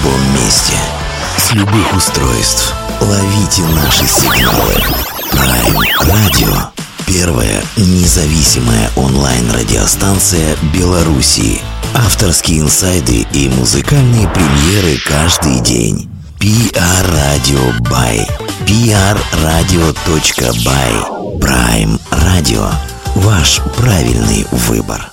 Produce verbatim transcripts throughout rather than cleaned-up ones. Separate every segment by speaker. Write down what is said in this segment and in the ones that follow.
Speaker 1: любом месте, с любых устройств. Ловите наши сигналы. Prime Radio. Первая независимая онлайн-радиостанция Беларуси. Авторские инсайды и музыкальные премьеры каждый день. пи ар Radio by пи ар радио точка бай. Prime Radio. Ваш правильный выбор.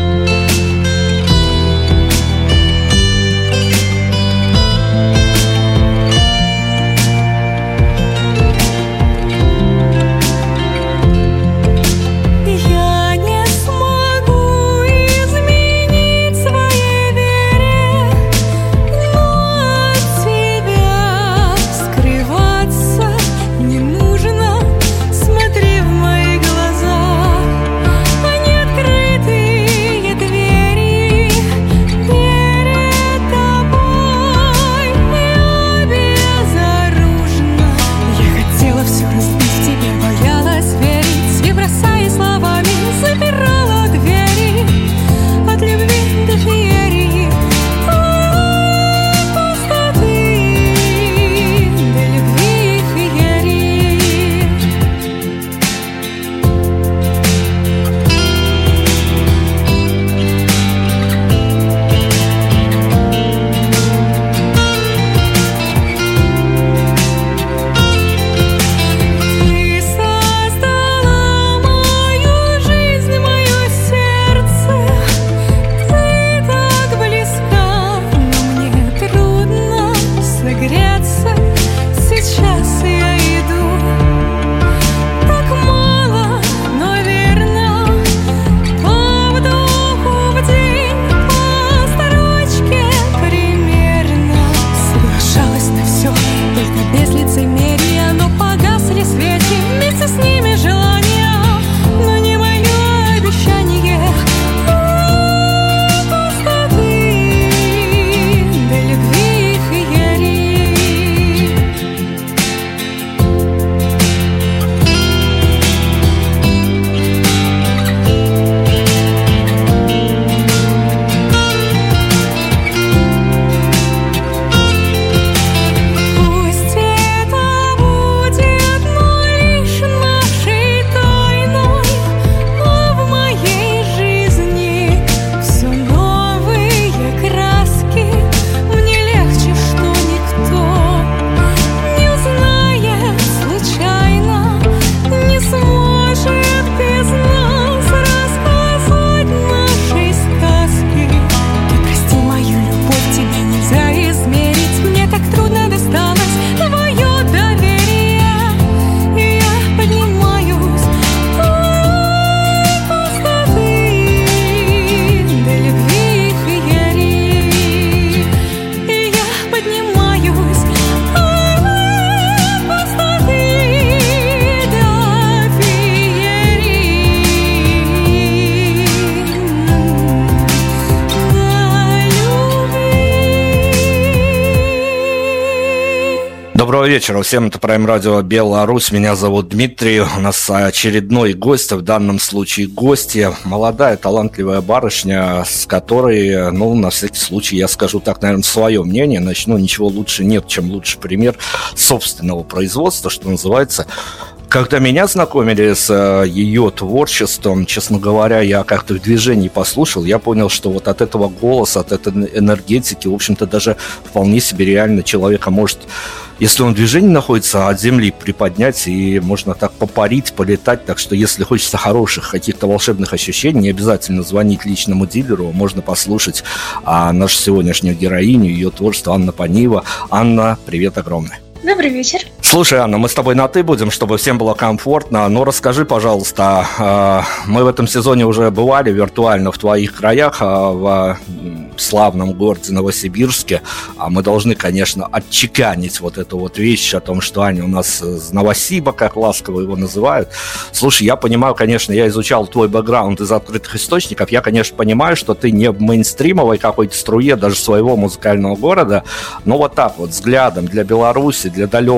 Speaker 2: Доброго вечера всем, это Prime Radio Беларусь, меня зовут Дмитрий, у нас очередной гость, в данном случае гостья, молодая талантливая барышня, с которой, ну, на всякий случай, я скажу так, наверное, свое мнение, начну, ничего лучше нет, чем лучший пример собственного производства, что называется. Когда меня знакомили с ее творчеством, честно говоря, я как-то в движении послушал, я понял, что вот от этого голоса, от этой энергетики, в общем-то, даже вполне себе реально человека может, если он в движении находится, от земли приподнять, и можно так попарить, полетать. Так что, если хочется хороших каких-то волшебных ощущений, не обязательно звонить личному дилеру, можно послушать а, нашу сегодняшнюю героиню, ее творчество, Анна Панива. Анна, привет огромный.
Speaker 3: Добрый вечер.
Speaker 2: Слушай, Анна, мы с тобой на «ты» будем, чтобы всем было комфортно. Но расскажи, пожалуйста, мы в этом сезоне уже бывали виртуально в твоих краях, в славном городе Новосибирске. А мы должны, конечно, отчеканить вот эту вот вещь о том, что Аня у нас из Новосиба, как ласково его называют. Слушай, я понимаю, конечно, я изучал твой бэкграунд из открытых источников. Я, конечно, понимаю, что ты не в мейнстримовой какой-то струе даже своего музыкального города. Но вот так вот, взглядом для Беларуси, для далекого региона,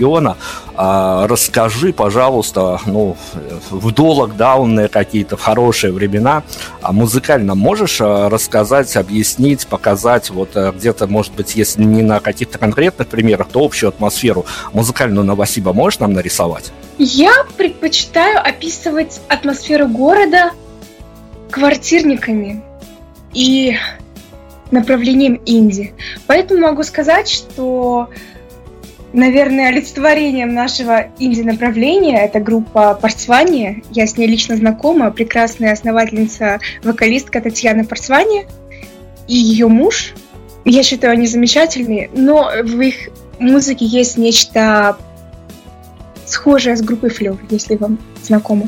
Speaker 2: региона. А, расскажи, пожалуйста, ну, в долокдаунные какие-то, в хорошие времена, а музыкально можешь рассказать, объяснить, показать, вот где-то, может быть, если не на каких-то конкретных примерах, то общую атмосферу музыкальную Новосиба можешь нам нарисовать?
Speaker 3: Я предпочитаю описывать атмосферу города квартирниками и направлением инди. Поэтому могу сказать, что, наверное, олицетворением нашего инди-направления это группа Парцвания. Я с ней лично знакома, прекрасная основательница, вокалистка Татьяна Парцвания и ее муж. Я считаю, они замечательные, но в их музыке есть нечто схожее с группой Fleur, если вам знакомо.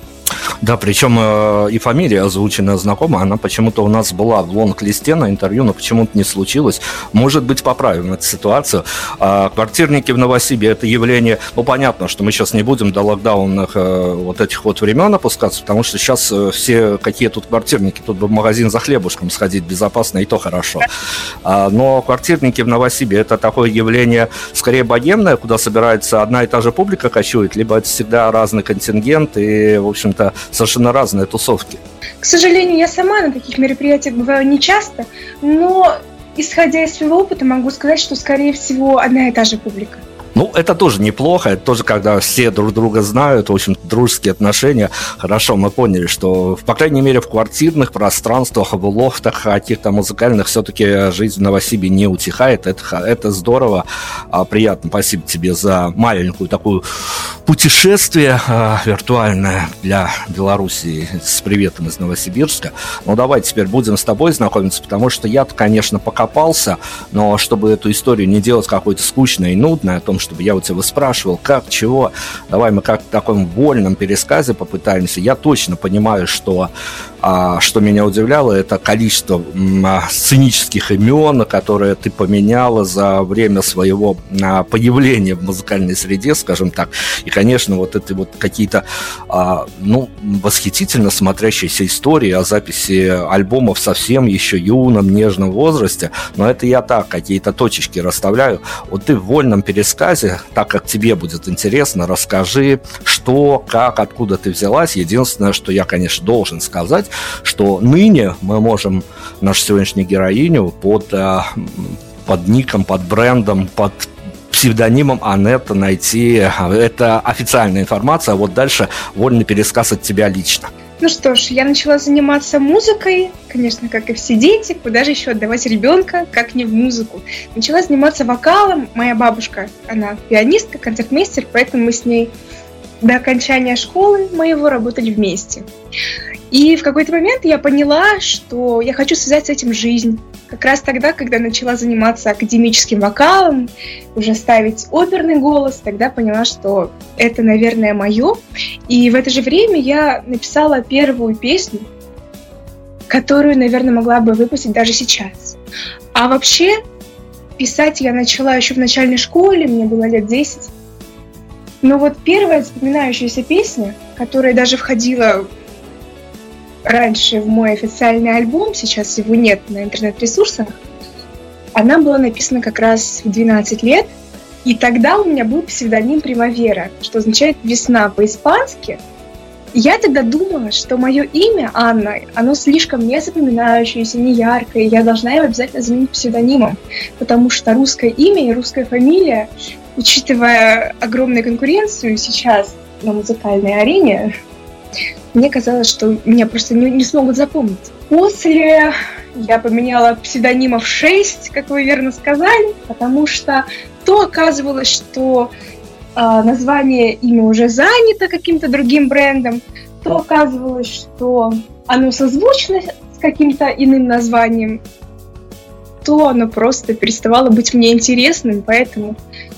Speaker 2: Да, причем э, и фамилия озвученная знакома, она почему-то у нас была в лонг-листе на интервью, но почему-то не случилось. Может быть, поправим эту ситуацию. А квартирники в Новосибе – это явление, ну, понятно, что мы сейчас не будем до локдаунных э, вот этих вот времен опускаться, потому что сейчас э, все, какие тут квартирники, тут бы в магазин за хлебушком сходить безопасно, и то хорошо. А, но квартирники в Новосибе – это такое явление, скорее богемное, куда собирается одна и та же публика кочует, либо это всегда разный контингент и, в общем-то, совершенно разные тусовки.
Speaker 3: К сожалению, я сама на таких мероприятиях бываю не часто, но, исходя из своего опыта, могу сказать, что, скорее всего, одна и та же публика.
Speaker 2: Ну, это тоже неплохо, это тоже, когда все друг друга знают, в общем, дружеские отношения. Хорошо, мы поняли, что, по крайней мере, в квартирных пространствах, в лофтах каких-то музыкальных все-таки жизнь в Новосибе не утихает. Это, это здорово, приятно. Спасибо тебе за маленькую такую путешествие виртуальное для Белоруссии с приветом из Новосибирска. Ну, давай теперь будем с тобой знакомиться, потому что я-то, конечно, покопался, но чтобы эту историю не делать какой-то скучной и нудной, о том, чтобы я у тебя выспрашивал, как, чего, давай мы как в таком вольном пересказе попытаемся. Я точно понимаю, что, а, что меня удивляло, это количество а, сценических имен, которые ты поменяла за время своего а, появления в музыкальной среде, скажем так. И, конечно, вот это вот какие-то а, ну, восхитительно смотрящиеся истории о записи альбомов совсем еще юном, нежном возрасте, но это я так, какие-то точечки расставляю. Вот ты в вольном пересказе, так как тебе будет интересно, расскажи, что, как, откуда ты взялась. Единственное, что я, конечно, должен сказать, что ныне мы можем нашу сегодняшнюю героиню под, под ником, под брендом, под псевдонимом Анетта найти. Это официальная информация, а вот дальше вольный пересказ от тебя лично.
Speaker 3: Ну что ж, я начала заниматься музыкой, конечно, как и все дети, куда же еще отдавать ребенка, как не в музыку. Начала заниматься вокалом, моя бабушка, она пианистка, концертмейстер, поэтому мы с ней до окончания школы моего работали вместе. И в какой-то момент я поняла, что я хочу связать с этим жизнь. Как раз тогда, когда начала заниматься академическим вокалом, уже ставить оперный голос, тогда поняла, что это, наверное, мое. И в это же время я написала первую песню, которую, наверное, могла бы выпустить даже сейчас. А вообще, писать я начала еще в начальной школе, мне было лет десять. Но вот первая запоминающаяся песня, которая даже входила раньше в мой официальный альбом, сейчас его нет на интернет-ресурсах, она была написана как раз в двенадцать лет, и тогда у меня был псевдоним Примавера, что означает «весна» по-испански. Я тогда думала, что мое имя, Анна, оно слишком незапоминающееся, неяркое, и я должна его обязательно заменить псевдонимом, потому что русское имя и русская фамилия, учитывая огромную конкуренцию сейчас на музыкальной арене, мне казалось, что меня просто не, не смогут запомнить. После я поменяла псевдонимов шесть, как вы верно сказали, потому что то оказывалось, что э, название имя уже занято каким-то другим брендом, то оказывалось, что оно созвучно с каким-то иным названием, то оно просто переставало быть мне интересным, поэтому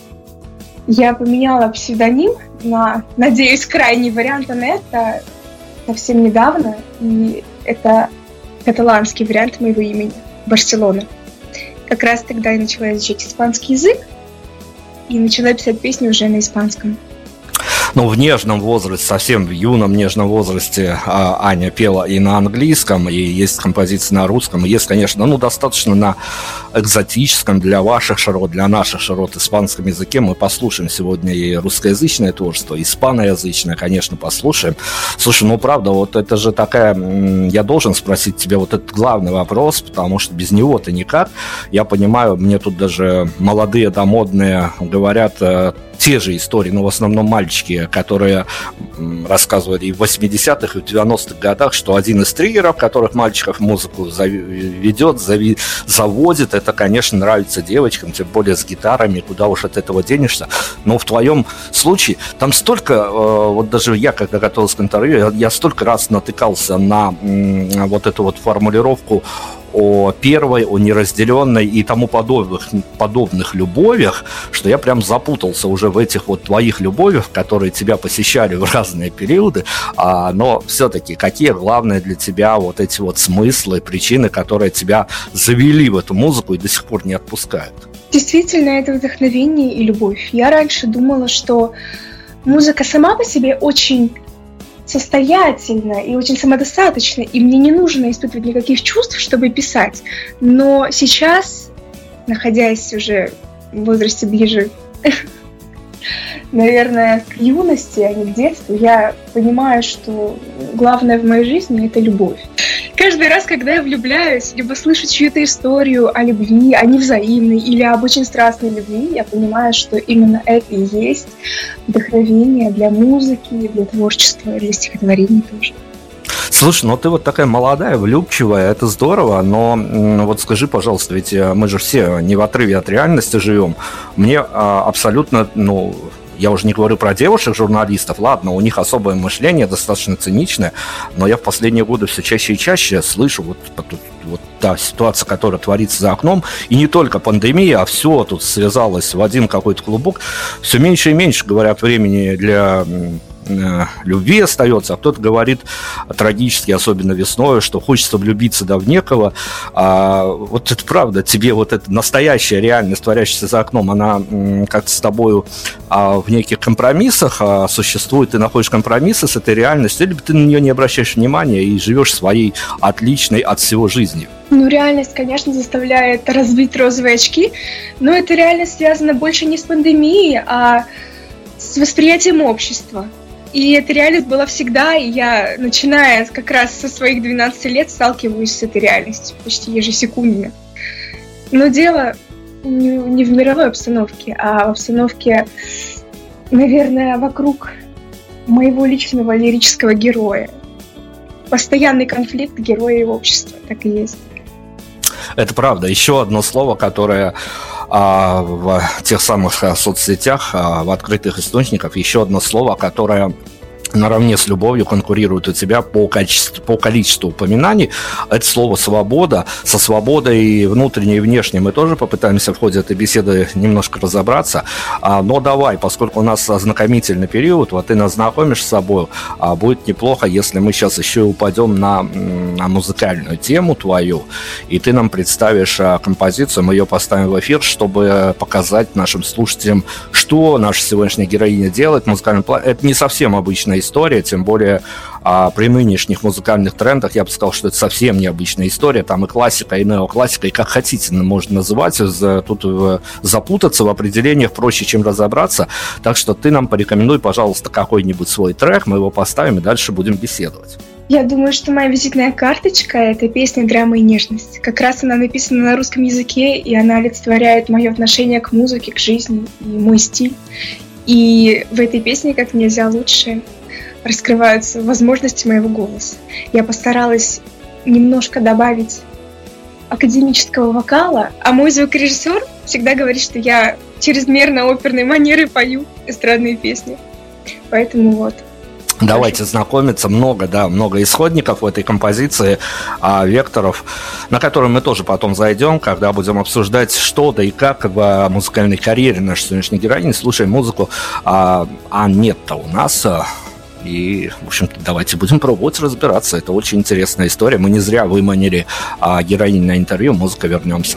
Speaker 3: я поменяла псевдоним на, надеюсь, крайний вариант Анетта совсем недавно, и это каталанский вариант моего имени, Барселона. Как раз тогда я начала изучать испанский язык и начала писать песни уже на испанском.
Speaker 2: Ну, в нежном возрасте, совсем в юном нежном возрасте Аня пела и на английском, и есть композиции на русском, и есть, конечно, ну, достаточно на экзотическом для ваших широт, для наших широт испанском языке. Мы послушаем сегодня и русскоязычное творчество, и испаноязычное, конечно, послушаем. Слушай, ну правда, вот это же такая... Я должен спросить тебя вот этот главный вопрос, потому что без него-то никак. Я понимаю, мне тут даже молодые, да, модные говорят э, те же истории, но в основном мальчики, которые м, рассказывали и в восьмидесятых, и в девяностых годах, что один из триггеров, которых мальчиков музыку ведет, зави- заводит, это, конечно, нравится девочкам, тем более с гитарами, куда уж от этого денешься. Но в твоем случае там столько, э, вот даже я, когда готовился к интервью, я, я столько раз натыкался на м, вот эту вот формулировку о первой, о неразделенной и тому подобных, подобных любовях, что я прям запутался уже в этих вот твоих любовях, которые тебя посещали в разные периоды, а, но все-таки какие главные для тебя вот эти вот смыслы, причины, которые тебя завели в эту музыку и до сих пор не отпускают?
Speaker 3: Действительно, это вдохновение и любовь. Я раньше думала, что музыка сама по себе очень состоятельна и очень самодостаточна, и мне не нужно испытывать никаких чувств, чтобы писать. Но сейчас, находясь уже в возрасте ближе, наверное, к юности, а не к детству, я понимаю, что главное в моей жизни — это любовь. Каждый раз, когда я влюбляюсь, либо слышу чью-то историю о любви, о невзаимной или об очень страстной любви, я понимаю, что именно это и есть вдохновение для музыки, для творчества, для стихотворений тоже.
Speaker 2: Слушай, ну ты вот такая молодая, влюбчивая, это здорово, но м, вот скажи, пожалуйста, ведь мы же все не в отрыве от реальности живем. Мне а, абсолютно, ну... Я уже не говорю про девушек-журналистов, ладно, у них особое мышление, достаточно циничное, но я в последние годы все чаще и чаще слышу вот, вот та ситуация, которая творится за окном, и не только пандемия, а все тут связалось в один какой-то клубок. Все меньше и меньше, говорят, времени для любви остается, а кто-то говорит трагически, особенно весной, что хочется влюбиться да в некого. А вот это правда, тебе вот эта настоящая реальность, творящаяся за окном, она как-то с тобою а, в неких компромиссах а, существует, ты находишь компромиссы с этой реальностью, либо ты на нее не обращаешь внимания и живешь своей отличной от всего жизнью?
Speaker 3: Ну, реальность, конечно, заставляет разбить розовые очки, но эта реальность связана больше не с пандемией, а с восприятием общества. И эта реальность была всегда, и я, начиная как раз со своих двенадцати лет, сталкиваюсь с этой реальностью почти ежесекундно. Но дело не, не в мировой обстановке, а в обстановке, наверное, вокруг моего личного лирического героя. Постоянный конфликт героя и общества, так и есть.
Speaker 2: Это правда. Еще одно слово, которое а, в тех самых а, соцсетях, а, в открытых источниках, еще одно слово, которое наравне с любовью конкурирует у тебя по количеству, по количеству упоминаний. Это слово «свобода». Со свободой внутренней и внешней мы тоже попытаемся в ходе этой беседы немножко разобраться. А, но давай, поскольку у нас ознакомительный период, вот ты нас знакомишь с собой, а будет неплохо, если мы сейчас еще и упадем на, на музыкальную тему твою, и ты нам представишь а, композицию, мы ее поставим в эфир, чтобы показать нашим слушателям, что наша сегодняшняя героиня делает в музыкальном плане. Это не совсем обычная история, тем более а, при нынешних музыкальных трендах я бы сказал, что это совсем необычная история, там и классика, и неоклассика, и как хотите можно называть, тут запутаться в определениях проще, чем разобраться, так что ты нам порекомендуй, пожалуйста, какой-нибудь свой трек, мы его поставим и дальше будем беседовать.
Speaker 3: Я думаю, что моя визитная карточка — это песня «Драма и нежность». Как раз она написана на русском языке, и она олицетворяет мое отношение к музыке, к жизни и мой стиль. И в этой песне как нельзя лучше раскрываются возможности моего голоса. Я постаралась немножко добавить академического вокала, а мой звукорежиссер всегда говорит, что я чрезмерно оперной манерой пою эстрадные песни. Поэтому вот.
Speaker 2: Давайте знакомиться. Много, да, много исходников в этой композиции, а, векторов, на которые мы тоже потом зайдем, когда будем обсуждать, что да и как в музыкальной карьере нашей сегодняшней героини. Слушаем музыку, а, а нет-то у нас... И, в общем-то, давайте будем пробовать разбираться. Это очень интересная история. Мы не зря выманили а, героиню на интервью. Музыка, вернемся.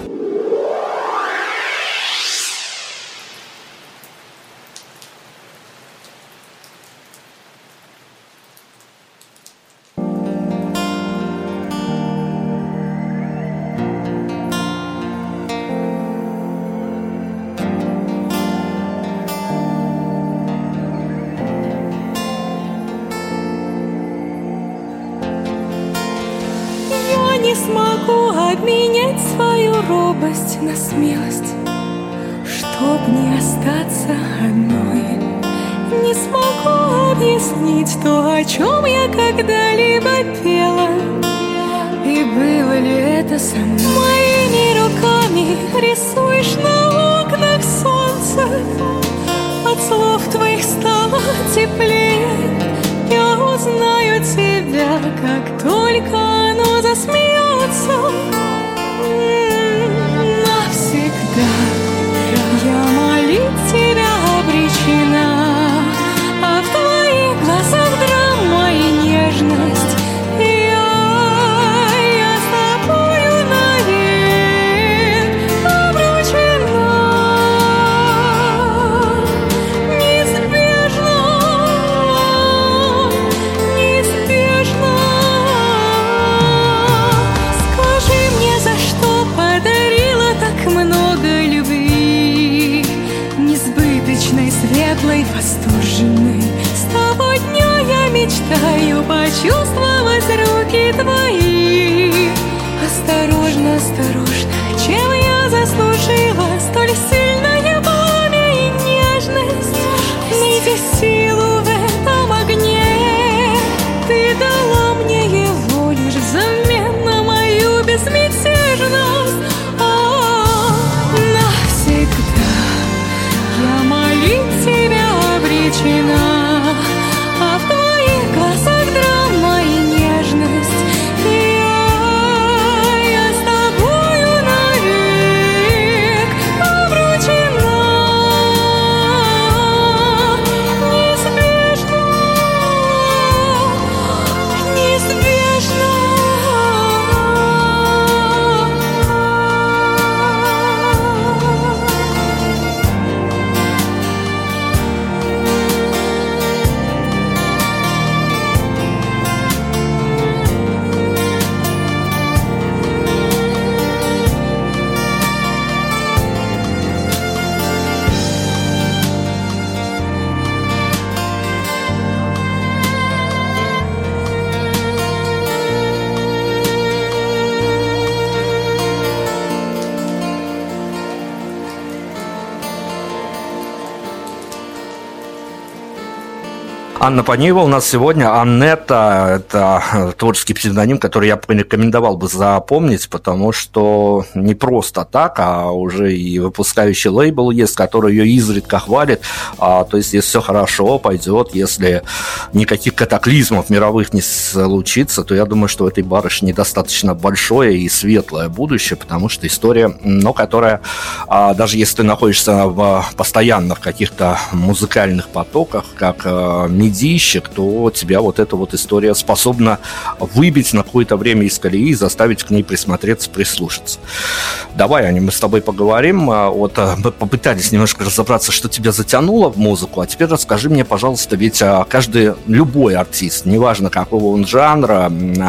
Speaker 4: свою робость на смелость, чтоб не остаться одной. Не смогу объяснить то, о чем я когда-либо пела. И было ли это со мной? Моими руками рисуешь на окнах солнце. От слов твоих стало теплее. Я узнаю тебя, как только оно засмеется. Навсегда я молить тебя обречена, а в твоих глазах драма и нежность. Светлой, восторженной, с того дня я мечтаю почувствовать руки твои. Осторожно, осторожно, чем я заслужила столь сильное пламя и нежность? Найди силу в этом огне. Ты дала мне его лишь взамен на мою безмятежность. О, навсегда я молить тебя обречена, а в твоих глазах драма и нежность. И я, я с тобою навек обручена. Неизбежно, неизбежно.
Speaker 2: Анна Панеева у нас сегодня. Аннета – это творческий псевдоним, который я порекомендовал бы запомнить, потому что не просто так, а уже и выпускающий лейбл есть, который ее изредка хвалит. А, то есть, если все хорошо пойдет, если никаких катаклизмов мировых не случится, то я думаю, что у этой барышни достаточно большое и светлое будущее, потому что история, но которая, а, даже если ты находишься в постоянных каких-то музыкальных потоках, как медийщик, то тебя вот эта вот история способна выбить на какое-то время из колеи и заставить к ней присмотреться, прислушаться. Давай, Аня, мы с тобой поговорим. Вот мы попытались немножко разобраться, что тебя затянуло в музыку, а теперь расскажи мне, пожалуйста, ведь каждый, любой артист, неважно какого он жанра,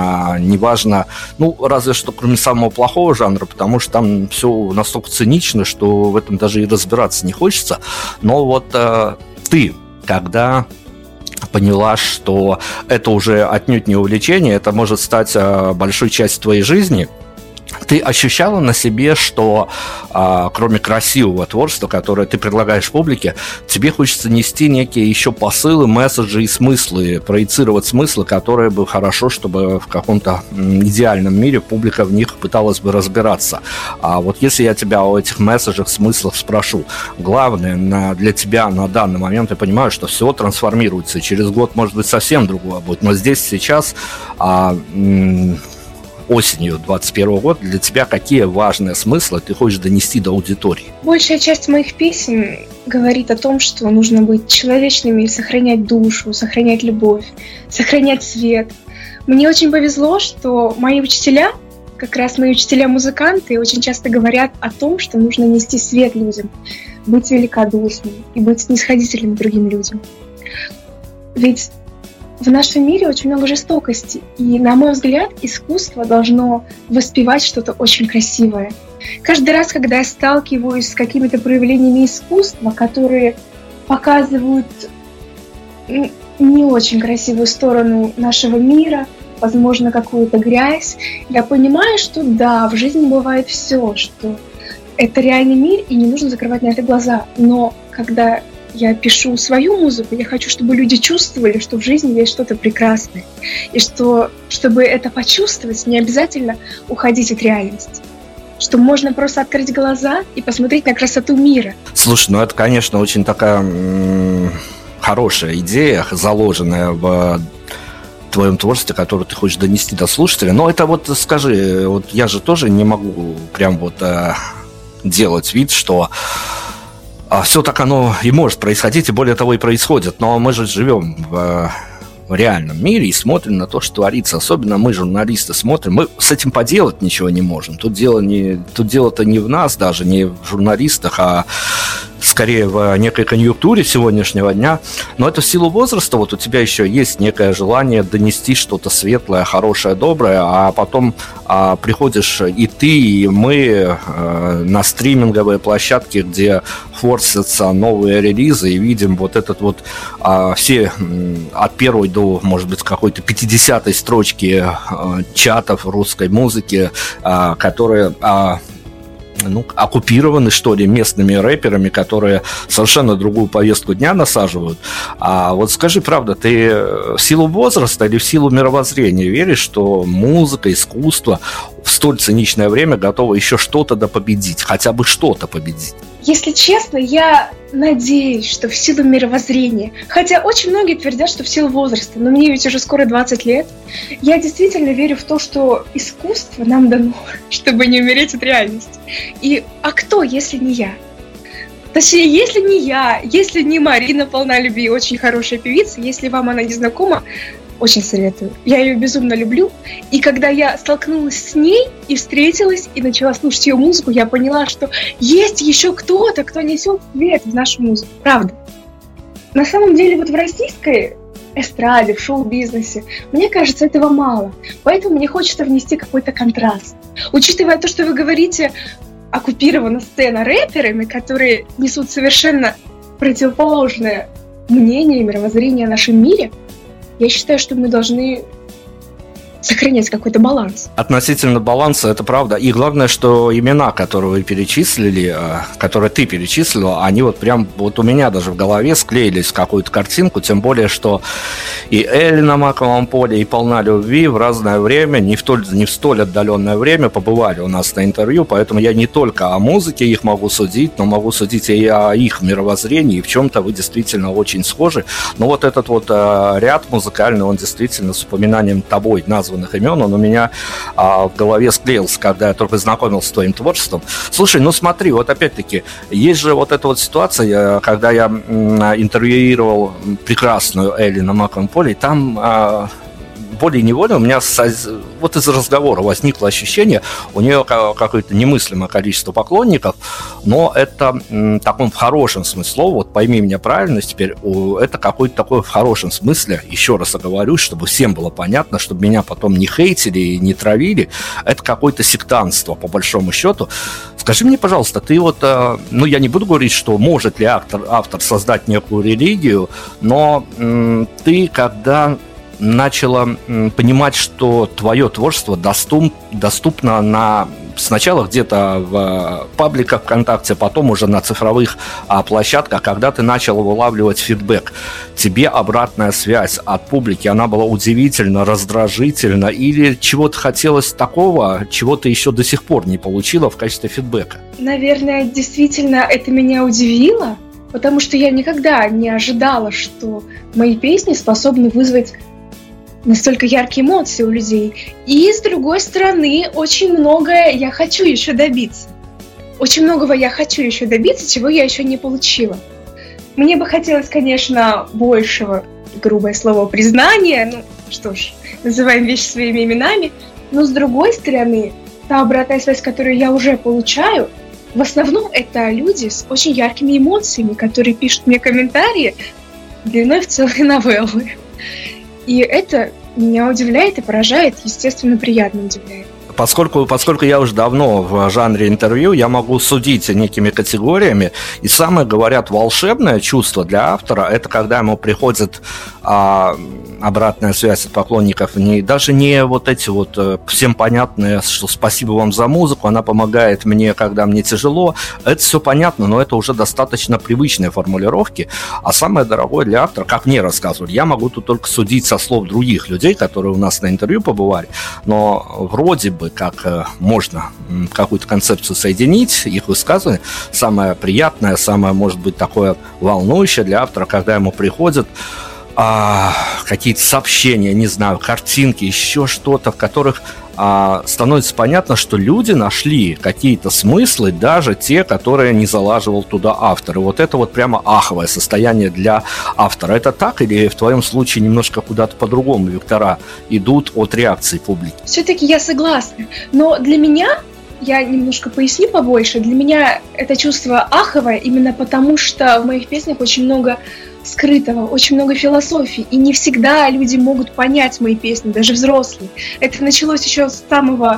Speaker 2: неважно, ну, разве что кроме самого плохого жанра, потому что там все настолько цинично, что в этом даже и разбираться не хочется, но вот ты, когда поняла, что это уже отнюдь не увлечение, это может стать большой частью твоей жизни, ты ощущала на себе, что а, кроме красивого творчества, которое ты предлагаешь публике, тебе хочется нести некие еще посылы, месседжи и смыслы, проецировать смыслы, которые бы хорошо, чтобы в каком-то идеальном мире публика в них пыталась бы разбираться. А вот если я тебя о этих месседжах, смыслах спрошу, главное на, для тебя на данный момент, я понимаю, что все трансформируется, и через год, может быть, совсем другое будет, но здесь, сейчас... А, м- осенью двадцать первого года для тебя какие важные смыслы ты хочешь донести до аудитории?
Speaker 3: Большая часть моих песен говорит о том, что нужно быть человечными, сохранять душу, сохранять любовь, сохранять свет. Мне очень повезло, что мои учителя, как раз мои учителя-музыканты, очень часто говорят о том, что нужно нести свет людям, быть великодушным и быть снисходительным к другим людям. Ведь в нашем мире очень много жестокости, и, на мой взгляд, искусство должно воспевать что-то очень красивое. Каждый раз, когда я сталкиваюсь с какими-то проявлениями искусства, которые показывают не очень красивую сторону нашего мира, возможно, какую-то грязь, я понимаю, что да, в жизни бывает все, что это реальный мир, и не нужно закрывать на это глаза. Но когда я пишу свою музыку, я хочу, чтобы люди чувствовали, что в жизни есть что-то прекрасное. И что, чтобы это почувствовать, не обязательно уходить от реальности. Что можно просто открыть глаза и посмотреть на красоту мира.
Speaker 2: Слушай, ну это, конечно, очень такая м- хорошая идея, заложенная в твоем творчестве, которую ты хочешь донести до слушателя. Но это вот, скажи, вот я же тоже не могу прям вот э, делать вид, что А все так оно и может происходить, и более того и происходит. Но мы же живем в, в реальном мире и смотрим на то, что творится. Особенно мы, журналисты, смотрим. Мы с этим поделать ничего не можем. Тут дело не, тут дело-то не в нас даже, не в журналистах, а скорее в некой конъюнктуре сегодняшнего дня. Но это в силу возраста. Вот у тебя еще есть некое желание донести что-то светлое, хорошее, доброе, а потом а, приходишь и ты, и мы а, на стриминговые площадки, где форсятся новые релизы, и видим вот этот вот а, все от первой до, может быть, какой-то пятидесятой строчки а, чатов русской музыки, а, которые... А, ну, оккупированы, что ли, местными рэперами, которые совершенно другую повестку дня насаживают. А вот скажи, правда, ты в силу возраста или в силу мировоззрения веришь, что музыка, искусство в столь циничное время готово еще что-то да победить, хотя бы что-то победить?
Speaker 3: Если честно, я надеюсь, что в силу мировоззрения, хотя очень многие твердят, что в силу возраста, но мне ведь уже скоро двадцать лет, я действительно верю в то, что искусство нам дано, чтобы не умереть от реальности. И а кто, если не я? Точнее, если не я, если не Марина Полна Любви, очень хорошая певица, если вам она не знакома, очень советую. Я ее безумно люблю. И когда я столкнулась с ней и встретилась, и начала слушать ее музыку, я поняла, что есть еще кто-то, кто несет свет в нашу музыку. Правда. На самом деле, вот в российской эстраде, в шоу-бизнесе, мне кажется, этого мало. Поэтому мне хочется внести какой-то контраст. Учитывая то, что вы говорите, оккупирована сцена рэперами, которые несут совершенно противоположное мнение и мировоззрение о нашем мире, я считаю, что мы должны сохранять какой-то баланс.
Speaker 2: Относительно баланса, это правда. И главное, что имена, которые вы перечислили, которые ты перечислила, они вот прям вот у меня даже в голове склеились в какую-то картинку, тем более, что и Элли на Маковом поле, и Полна Любви в разное время, не в, толь, не в столь отдаленное время побывали у нас на интервью, поэтому я не только о музыке их могу судить, но могу судить и о их мировоззрении, и в чем-то вы действительно очень схожи. Но вот этот вот ряд музыкальный, он действительно с упоминанием тобой назван имен, он у меня а, в голове склеился, когда я только знакомился с твоим творчеством. Слушай, ну смотри, вот опять-таки, есть же вот эта вот ситуация, когда я м, интервьюировал прекрасную Элли на Маковом поле, и там а, волей-неволей у меня вот из разговора возникло ощущение, у нее какое-то немыслимое количество поклонников, но это в таком в хорошем смысле слова, вот пойми меня правильно теперь, это какой-то такой в хорошем смысле, еще раз оговорюсь, чтобы всем было понятно, чтобы меня потом не хейтили и не травили, это какое-то сектантство, по большому счету. Скажи мне, пожалуйста, ты вот, ну я не буду говорить, что может ли автор, автор создать некую религию, но м, ты когда начала понимать, что твое творчество доступ, доступно на, сначала где-то в пабликах ВКонтакте, потом уже на цифровых а, площадках, когда ты начала вылавливать фидбэк, тебе обратная связь от публики, она была удивительно, раздражительна, или чего-то хотелось такого, чего ты еще до сих пор не получила в качестве фидбэка?
Speaker 3: Наверное, действительно это меня удивило, потому что я никогда не ожидала, что мои песни способны вызвать настолько яркие эмоции у людей. И, с другой стороны, очень многое я хочу еще добиться. Очень многого я хочу еще добиться, чего я еще не получила. Мне бы хотелось, конечно, большего, грубое слово, признания. Ну, что ж, называем вещи своими именами. Но, с другой стороны, та обратная связь, которую я уже получаю, в основном это люди с очень яркими эмоциями, которые пишут мне комментарии длиной в целые новеллы. И это меня удивляет и поражает, естественно, приятно удивляет.
Speaker 2: Поскольку, поскольку я уже давно в жанре интервью, я могу судить некими категориями. И самое, говорят, волшебное чувство для автора – это когда ему приходит а, обратная связь от поклонников, не, даже не вот эти вот всем понятные, что спасибо вам за музыку, она помогает мне, когда мне тяжело. Это все понятно, но это уже достаточно привычные формулировки. А самое дорогое для автора, как мне рассказывали, я могу тут только судить со слов других людей, которые у нас на интервью побывали, но вроде бы как можно какую-то концепцию соединить, их высказывания. Самое приятное, самое, может быть, такое волнующее для автора, когда ему приходят А, какие-то сообщения, не знаю, картинки, еще что-то, в которых а, становится понятно, что люди нашли какие-то смыслы, даже те, которые не залаживал туда автор. И вот это вот прямо аховое состояние для автора. Это так или в твоем случае немножко куда-то по-другому вектора идут от реакции публики?
Speaker 3: Все-таки я согласна. Но для меня, я немножко поясню побольше, для меня это чувство аховое именно потому, что в моих песнях очень много скрытого, очень много философии, и не всегда люди могут понять мои песни, даже взрослые. Это началось еще с самого,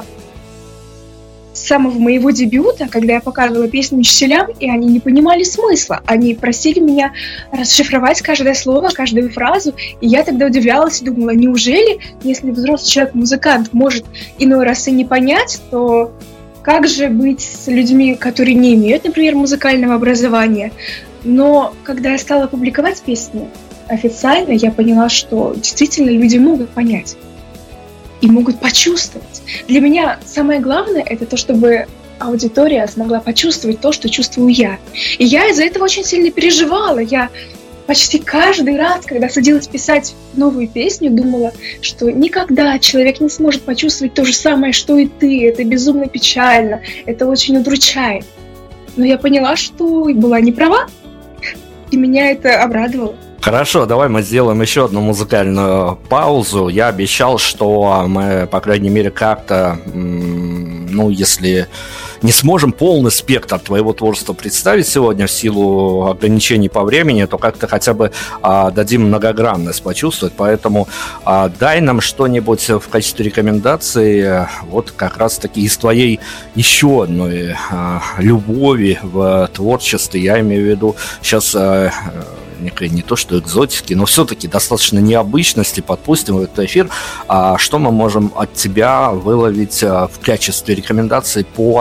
Speaker 3: с самого моего дебюта, когда я показывала песни учителям, и они не понимали смысла. Они просили меня расшифровать каждое слово, каждую фразу, и я тогда удивлялась и думала, неужели, если взрослый человек, музыкант, может иной раз и не понять, то как же быть с людьми, которые не имеют, например, музыкального образования? Но когда я стала публиковать песни официально, я поняла, что действительно люди могут понять и могут почувствовать. Для меня самое главное – это то, чтобы аудитория смогла почувствовать то, что чувствую я. И я из-за этого очень сильно переживала. Я почти каждый раз, когда садилась писать новую песню, думала, что никогда человек не сможет почувствовать то же самое, что и ты. Это безумно печально, это очень удручает. Но я поняла, что была не права, и меня это обрадовало.
Speaker 2: Хорошо, давай мы сделаем еще одну музыкальную паузу. Я обещал, что мы, по крайней мере, как-то, ну, если не сможем полный спектр твоего творчества представить сегодня в силу ограничений по времени, то как-то хотя бы а, дадим многогранность почувствовать. Поэтому а, дай нам что-нибудь в качестве рекомендации, вот как раз-таки из твоей еще одной а, любови в творчестве. Я имею в виду сейчас а, некой не то что экзотики, но все-таки достаточно необычности подпустим в этот эфир. А, что мы можем от тебя выловить а, в качестве рекомендаций по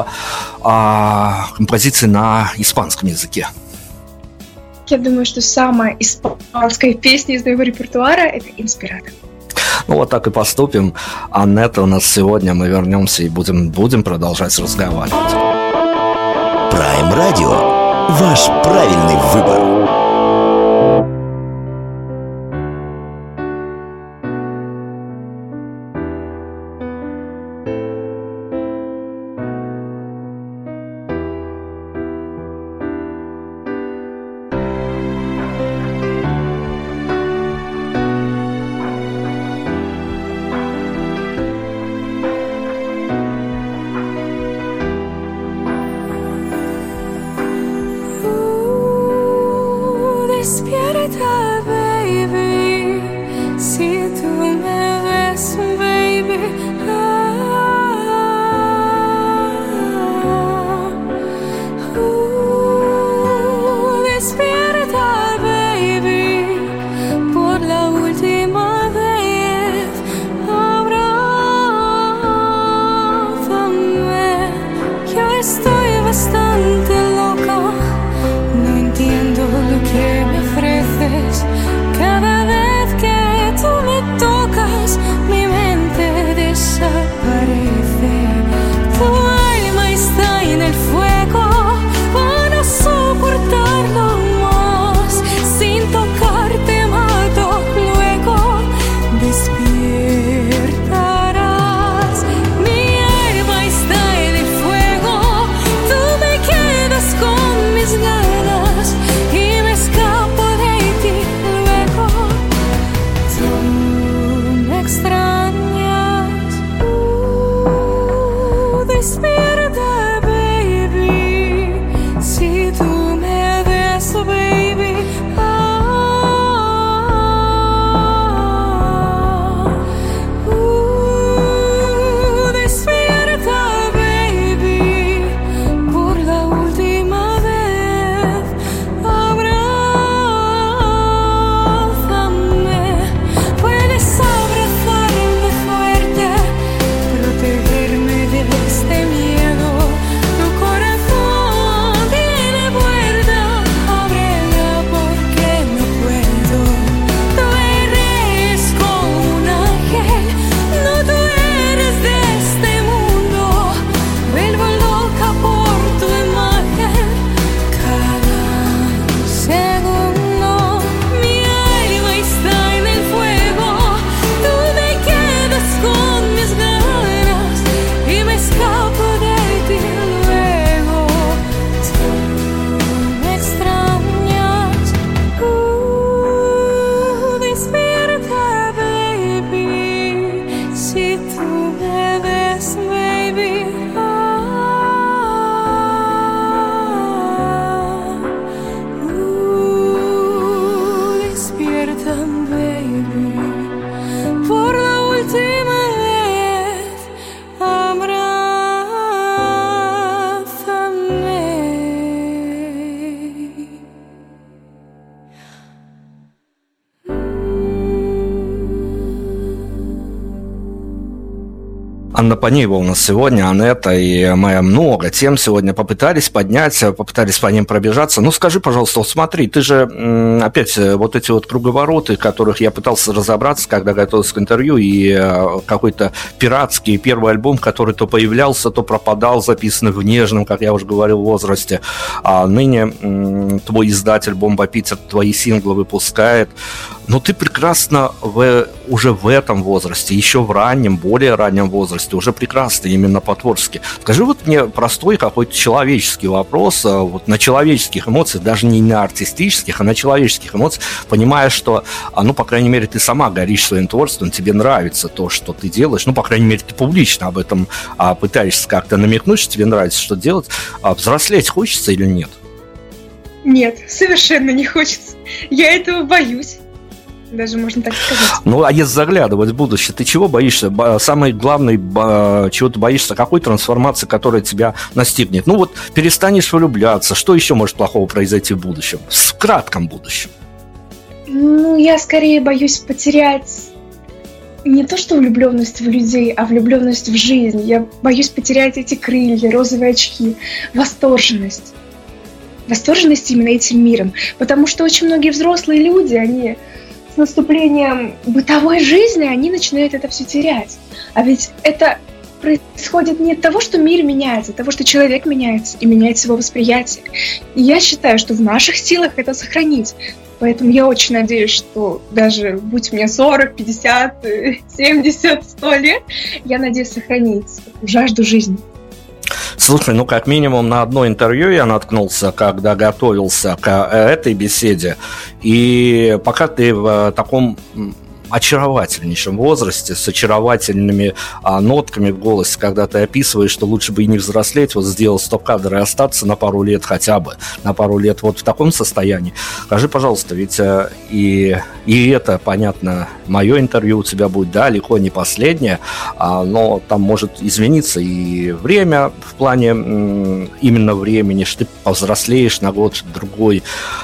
Speaker 2: а, композиции на испанском языке?
Speaker 3: Я думаю, что самая испанская песня из моего репертуара – это «Инспиратор».
Speaker 2: Ну вот так и поступим. Анетта у нас сегодня, мы вернемся и будем, будем продолжать разговаривать.
Speaker 1: Prime Radio. Ваш правильный выбор.
Speaker 4: Bastante loca, no entiendo lo que me ofreces.
Speaker 2: Анна Панеева у нас сегодня, Анетта, и мы много тем сегодня попытались поднять, попытались по ним пробежаться. Ну, скажи, пожалуйста, вот смотри, ты же, опять, вот эти вот круговороты, которых я пытался разобраться, когда готовился к интервью, и какой-то пиратский первый альбом, который то появлялся, то пропадал, записанный в нежном, как я уже говорил, возрасте. А ныне твой издатель «Бомба Питер» твои синглы выпускает. Но ты прекрасно в, уже в этом возрасте, еще в раннем, более раннем возрасте, уже прекрасно именно по-творчески. Скажи вот мне простой какой-то человеческий вопрос, вот на человеческих эмоциях, даже не на артистических, а на человеческих эмоциях, понимая, что, ну, по крайней мере, ты сама горишь своим творчеством, тебе нравится то, что ты делаешь, ну, по крайней мере, ты публично об этом а, пытаешься как-то намекнуть, что тебе нравится, что делать. А взрослеть хочется или нет?
Speaker 3: Нет, совершенно не хочется. Я этого боюсь. Даже можно так сказать.
Speaker 2: Ну, а если заглядывать в будущее, ты чего боишься? Самый главный, чего ты боишься? Какой трансформации, которая тебя настигнет? Ну, вот перестанешь влюбляться. Что еще может плохого произойти в будущем? В кратком будущем.
Speaker 3: Ну, я скорее боюсь потерять не то, что влюбленность в людей, а влюбленность в жизнь. Я боюсь потерять эти крылья, розовые очки, восторженность. Восторженность именно этим миром. Потому что очень многие взрослые люди, они... с наступлением бытовой жизни они начинают это все терять. А ведь это происходит не от того, что мир меняется, а от того, что человек меняется и меняется его восприятие. И я считаю, что в наших силах это сохранить. Поэтому я очень надеюсь, что даже будь мне сорок, пятьдесят, семьдесят, сто лет, я надеюсь сохранить эту жажду жизни.
Speaker 2: Слушай, ну как минимум на одно интервью я наткнулся, когда готовился к этой беседе, и пока ты в таком очаровательнейшем возрасте, с очаровательными а, нотками в голосе, когда ты описываешь, что лучше бы и не взрослеть, вот сделать стоп-кадр и остаться на пару лет хотя бы, на пару лет вот в таком состоянии. Скажи, пожалуйста, ведь а, и, и это, понятно, мое интервью у тебя будет далеко не последнее, а, но там может измениться и время в плане м, именно времени, что ты повзрослеешь на год другой,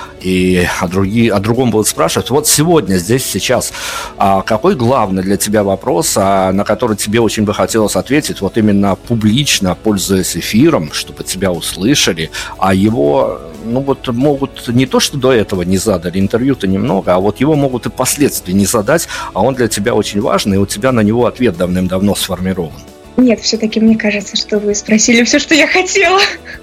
Speaker 2: и о, другие, о другом будут спрашивать. Вот сегодня, здесь, сейчас, а какой главный для тебя вопрос, а, на который тебе очень бы хотелось ответить, вот именно публично, пользуясь эфиром, чтобы тебя услышали, а его, ну вот, могут не то, что до этого не задали, интервью-то немного, а вот его могут и впоследствии не задать, а он для тебя очень важный, и у тебя на него ответ давным-давно сформирован.
Speaker 3: Нет, все-таки мне кажется, что вы спросили все, что я хотела.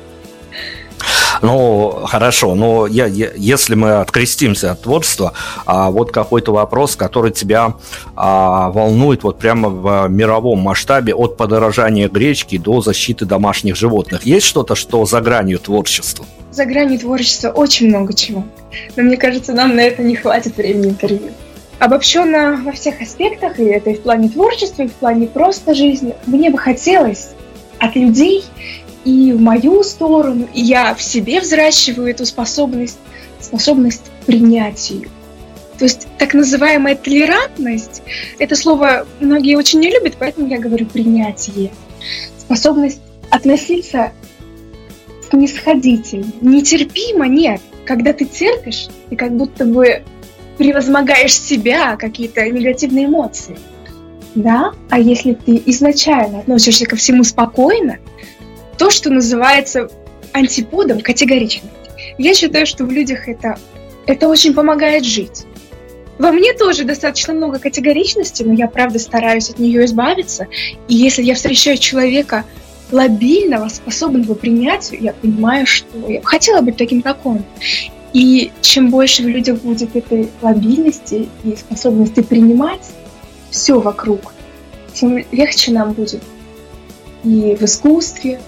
Speaker 2: Ну, хорошо, но я, я, если мы открестимся от творчества, а, вот какой-то вопрос, который тебя а, волнует вот прямо в мировом масштабе, от подорожания гречки до защиты домашних животных. Есть что-то, что за гранью творчества?
Speaker 3: За гранью творчества очень много чего. Но мне кажется, нам на это не хватит времени интервью. Обобщенно во всех аспектах, и это и в плане творчества, и в плане просто жизни, мне бы хотелось от людей и в мою сторону, и я в себе взращиваю эту способность, способность к принятию. То есть так называемая толерантность, это слово многие очень не любят, поэтому я говорю принятие. Способность относиться снисходительно. Нетерпимо, нет. Когда ты терпишь, ты как будто бы превозмогаешь себя, какие-то негативные эмоции. Да? А если ты изначально относишься ко всему спокойно, то, что называется антиподом категоричности. Я считаю, что в людях это, это очень помогает жить. Во мне тоже достаточно много категоричности, но я, правда, стараюсь от нее избавиться. И если я встречаю человека лобильного, способного к принятию, я понимаю, что я хотела быть таким, как он. И чем больше в людях будет этой лобильности и способности принимать все вокруг, тем легче нам будет и в искусстве,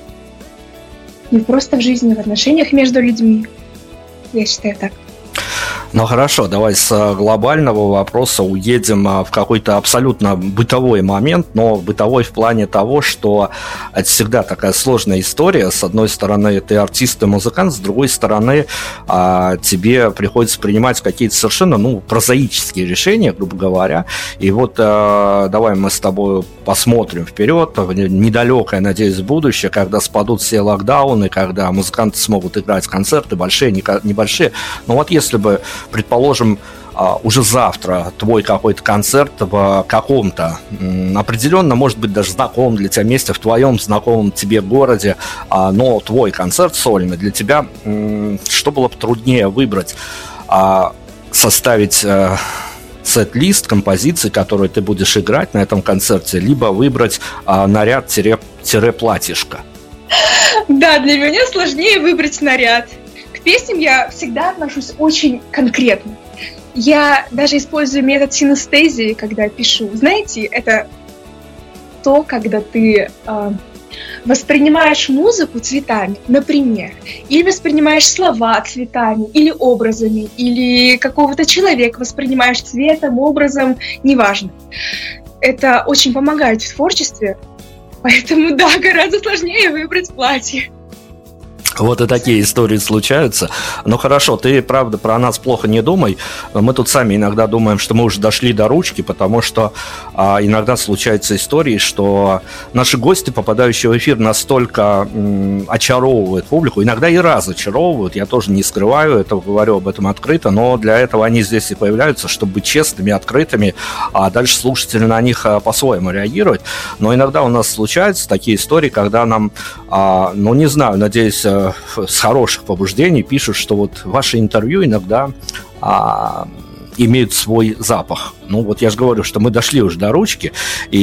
Speaker 3: и просто в жизни, в отношениях между людьми. Я считаю так.
Speaker 2: Ну хорошо, давай с глобального вопроса уедем в какой-то абсолютно бытовой момент, но бытовой в плане того, что это всегда такая сложная история. С одной стороны, ты артист и музыкант, с другой стороны, тебе приходится принимать какие-то совершенно ну, прозаические решения, грубо говоря. И вот давай мы с тобой посмотрим вперед, в недалекое, надеюсь, будущее, когда спадут все локдауны, когда музыканты смогут играть концерты, большие, небольшие. Но вот если бы предположим, уже завтра твой какой-то концерт в каком-то определенно, может быть, даже знакомом для тебя месте, в твоем знакомом тебе городе, но твой концерт сольный для тебя, что было бы труднее выбрать? Составить сет-лист композиций, которые ты будешь играть на этом концерте, либо выбрать наряд-платьишко?
Speaker 3: Да, для меня сложнее выбрать наряд. К песням я всегда отношусь очень конкретно. Я даже использую метод синестезии, когда пишу. Знаете, это то, когда ты э, воспринимаешь музыку цветами, например, или воспринимаешь слова цветами, или образами, или какого-то человека воспринимаешь цветом, образом, неважно. Это очень помогает в творчестве, поэтому, да, гораздо сложнее выбрать платье.
Speaker 2: Вот и такие истории случаются. Но хорошо, ты, правда, про нас плохо не думай. Мы тут сами иногда думаем, что мы уже дошли до ручки, потому что а, иногда случаются истории, что наши гости, попадающие в эфир, настолько м, очаровывают публику, иногда и разочаровывают, я тоже не скрываю этого, говорю об этом открыто, но для этого они здесь и появляются, чтобы быть честными, открытыми, а дальше слушатели на них а, по-своему реагировать. Но иногда у нас случаются такие истории, когда нам, а, ну не знаю, надеюсь, с хороших побуждений пишут, что вот ваши интервью иногда а, имеют свой запах. Ну вот я же говорю, что мы дошли уже до ручки,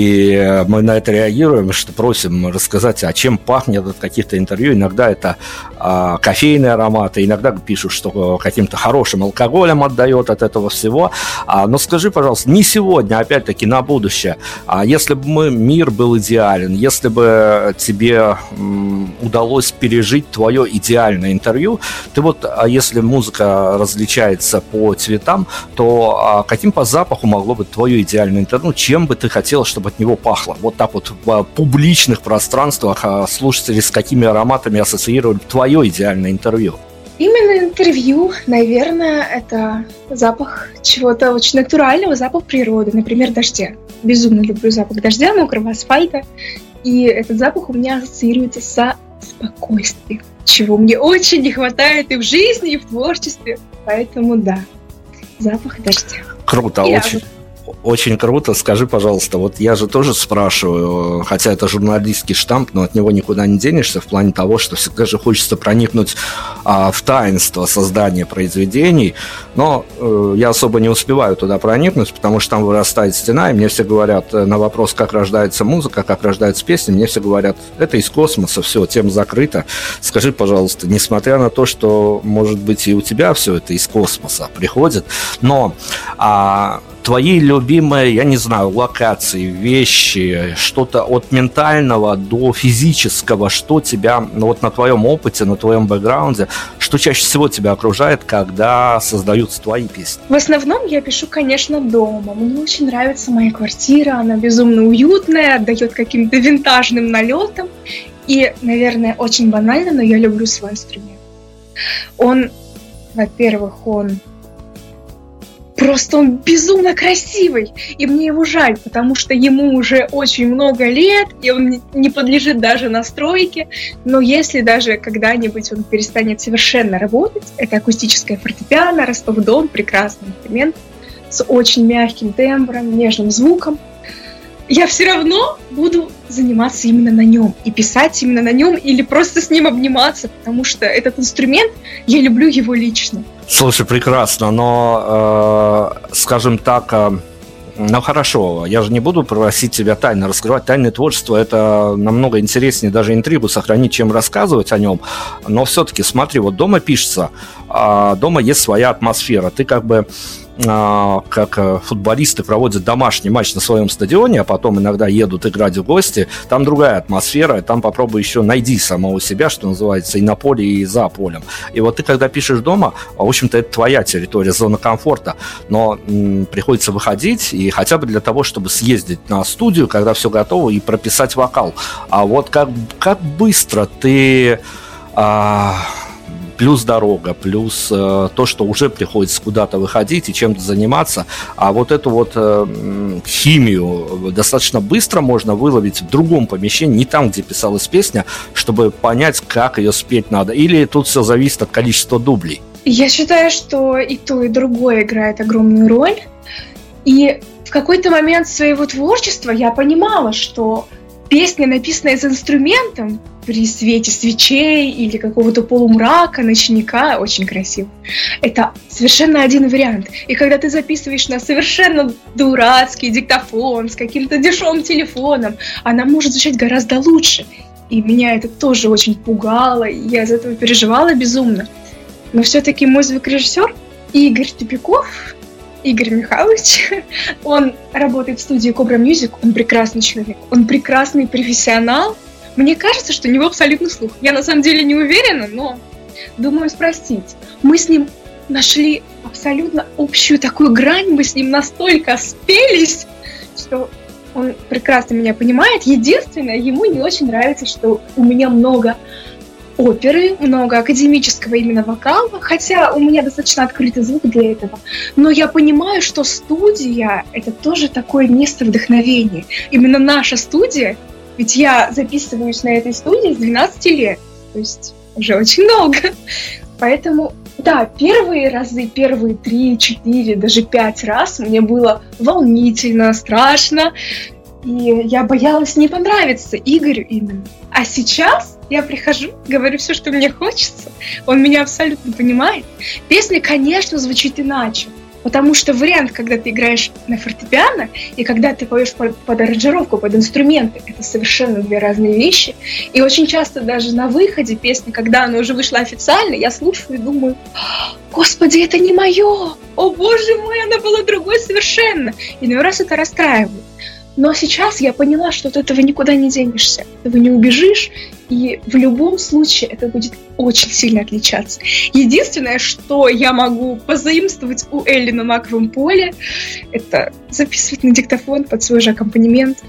Speaker 2: и мы на это реагируем, что просим рассказать, а чем пахнет от каких-то интервью. Иногда это а, кофейные ароматы, иногда пишут, что каким-то хорошим алкоголем отдает от этого всего. А, но скажи, пожалуйста, не сегодня, опять-таки на будущее, а если бы мы, мир был идеален, если бы тебе м, удалось пережить твое идеальное интервью, ты вот, а если музыка различается по цветам, то а, каким по запаху могло быть твое идеальное интервью, чем бы ты хотела, чтобы от него пахло? Вот так вот в публичных пространствах слушатели с какими ароматами ассоциировали твое идеальное интервью?
Speaker 3: Именно интервью, наверное, это запах чего-то очень натурального, запах природы, например, дождя. Безумно люблю запах дождя, мокрого асфальта, и этот запах у меня ассоциируется со спокойствием, чего мне очень не хватает и в жизни, и в творчестве, поэтому да, запах дождя.
Speaker 2: Круто, и очень, очень круто. Скажи, пожалуйста, вот я же тоже спрашиваю, хотя это журналистский штамп, но от него никуда не денешься в плане того, что всегда же хочется проникнуть а, в таинство создания произведений, но э, я особо не успеваю туда проникнуть, потому что там вырастает стена, и мне все говорят на вопрос, как рождается музыка, как рождается песня, мне все говорят, это из космоса, все, тема закрыта. Скажи, пожалуйста, несмотря на то, что, может быть, и у тебя все это из космоса приходит, но а, твои любимые, я не знаю, локации, вещи, что-то от ментального до физического, что тебя, ну, вот на твоем опыте, на твоем бэкграунде, что чаще всего тебя окружает, когда создаются твои песни?
Speaker 3: В основном я пишу, конечно, дома. Мне очень нравится моя квартира, она безумно уютная, отдает каким-то винтажным налетом. И, наверное, очень банально, но я люблю свой инструмент. Он, во-первых, он просто он безумно красивый, и мне его жаль, потому что ему уже очень много лет, и он не подлежит даже настройке, но если даже когда-нибудь он перестанет совершенно работать, это акустическое фортепиано, Ростов-Дон, прекрасный инструмент, с очень мягким тембром, нежным звуком, я все равно буду заниматься именно на нем и писать именно на нем или просто с ним обниматься, потому что этот инструмент, я люблю его лично.
Speaker 2: Слушай, прекрасно, но, э, скажем так, э, ну хорошо, я же не буду просить тебя тайно раскрывать. Тайное творчество – это намного интереснее даже интригу сохранить, чем рассказывать о нем. Но все-таки, смотри, вот дома пишется, а дома есть своя атмосфера. Ты как бы как футболисты проводят домашний матч на своем стадионе, а потом иногда едут играть в гости, там другая атмосфера, там попробуй еще найди самого себя, что называется, и на поле, и за полем. И вот ты, когда пишешь дома, в общем-то, это твоя территория, зона комфорта, но м, приходится выходить, и хотя бы для того, чтобы съездить на студию, когда все готово, и прописать вокал. А вот как, как быстро ты... А, плюс дорога, плюс э, то, что уже приходится куда-то выходить и чем-то заниматься. А вот эту вот э, химию достаточно быстро можно выловить в другом помещении, не там, где писалась песня, чтобы понять, как ее спеть надо. Или тут все зависит от количества дублей.
Speaker 3: Я считаю, что и то, и другое играет огромную роль. И в какой-то момент своего творчества я понимала, что песня, написанная с инструментом, при свете свечей или какого-то полумрака, ночника, очень красиво. Это совершенно один вариант. И когда ты записываешь на совершенно дурацкий диктофон с каким-то дешевым телефоном, она может звучать гораздо лучше. И меня это тоже очень пугало, и я из этого переживала безумно. Но все-таки мой звукорежиссер Игорь Тупиков, Игорь Михайлович, он работает в студии Cobra Music, он прекрасный человек, он прекрасный профессионал. Мне кажется, что у него абсолютный слух. Я на самом деле не уверена, но думаю спросить. Мы с ним нашли абсолютно общую такую грань, мы с ним настолько спелись, что он прекрасно меня понимает. Единственное, ему не очень нравится, что у меня много оперы, много академического именно вокала, хотя у меня достаточно открытый звук для этого. Но я понимаю, что студия — это тоже такое место вдохновения. Именно наша студия, ведь я записываюсь на этой студии с двенадцати лет, то есть уже очень много. Поэтому, да, первые разы, первые три, четыре, даже пять раз мне было волнительно, страшно, и я боялась не понравиться Игорю именно. А сейчас я прихожу, говорю все, что мне хочется, он меня абсолютно понимает. Песня, конечно, звучит иначе, потому что вариант, когда ты играешь на фортепиано и когда ты поешь под, под аранжировку, под инструменты, это совершенно две разные вещи. И очень часто даже на выходе песни, когда она уже вышла официально, я слушаю и думаю: «Господи, это не мое! О, боже мой, она была другой совершенно!» И иной раз это расстраивает. Но сейчас я поняла, что от этого никуда не денешься, этого не убежишь, и в любом случае это будет очень сильно отличаться. Единственное, что я могу позаимствовать у Элли на маковом поле, это записывать на диктофон под свой же аккомпанемент.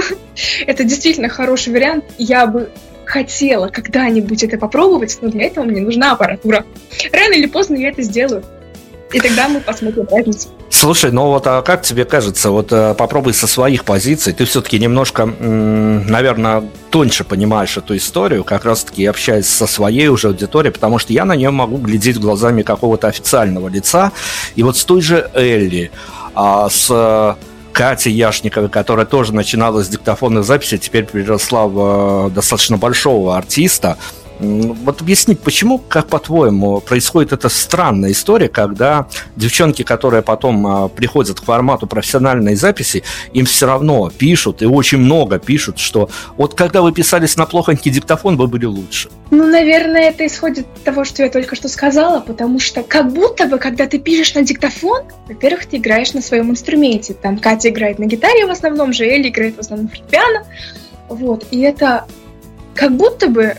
Speaker 3: Это действительно хороший вариант. Я бы хотела когда-нибудь это попробовать, но для этого мне нужна аппаратура. Рано или поздно я это сделаю. И тогда мы посмотрим разницу.
Speaker 2: Слушай, ну вот а как тебе кажется, вот попробуй со своих позиций, ты все-таки немножко, наверное, тоньше понимаешь эту историю, как раз-таки общаясь со своей уже аудиторией, потому что я на нее могу глядеть глазами какого-то официального лица, и вот с той же Элли, а с Катей Яшниковой, которая тоже начинала с диктофонных записей, теперь переросла в достаточно большого артиста. Вот объясни, почему, как по-твоему, происходит эта странная история, когда девчонки, которые потом а, приходят к формату профессиональной записи, им все равно пишут, и очень много пишут, что вот когда вы писались на плохонький диктофон, вы были лучше.
Speaker 3: Ну, наверное, это исходит от того, что я только что сказала, потому что как будто бы, когда ты пишешь на диктофон, во-первых, ты играешь на своем инструменте. Там Катя играет на гитаре в основном, же Элли играет в основном фортепиано. Вот, и это как будто бы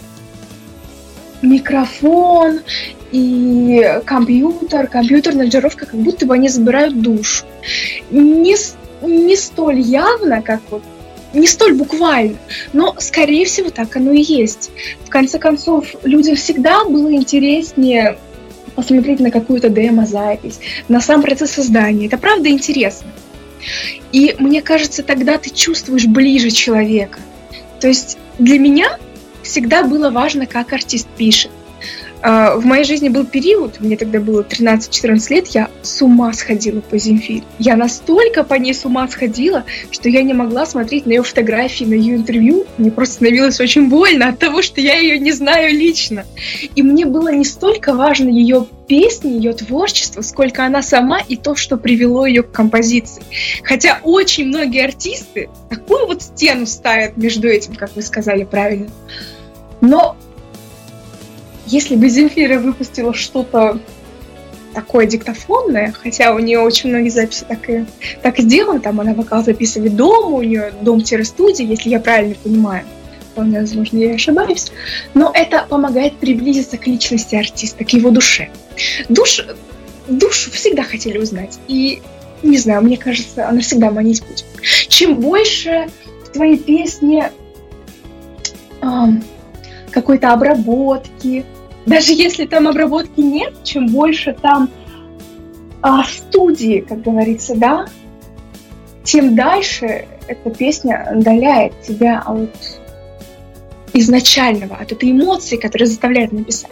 Speaker 3: микрофон и компьютер, компьютерная аранжировка, как будто бы они забирают душу. Не, не столь явно, как вот, не столь буквально, но, скорее всего, так оно и есть. В конце концов, людям всегда было интереснее посмотреть на какую-то демо-запись, на сам процесс создания. Это правда интересно. И мне кажется, тогда ты чувствуешь ближе человека. То есть для меня всегда было важно, как артист пишет. В моей жизни был период, мне тогда было тринадцать-четырнадцать лет, я с ума сходила по Земфире. Я настолько по ней с ума сходила, что я не могла смотреть на ее фотографии, на ее интервью. Мне просто становилось очень больно от того, что я ее не знаю лично. И мне было не столько важно ее песни, ее творчество, сколько она сама и то, что привело ее к композиции. Хотя очень многие артисты такую вот стену ставят между этим, как вы сказали правильно. Но если бы Земфира выпустила что-то такое диктофонное, хотя у нее очень многие записи так и, так и сделаны, там она вокал записывает дома, у нее дом-студия, если я правильно понимаю, вполне возможно, я ошибаюсь, но это помогает приблизиться к личности артиста, к его душе. Душ, душу всегда хотели узнать, и, не знаю, мне кажется, она всегда манить будет. Чем больше в твоей песне э, какой-то обработки, даже если там обработки нет, чем больше там а, студии, как говорится, да, тем дальше эта песня отдаляет тебя от изначального, от этой эмоции, которая заставляет написать.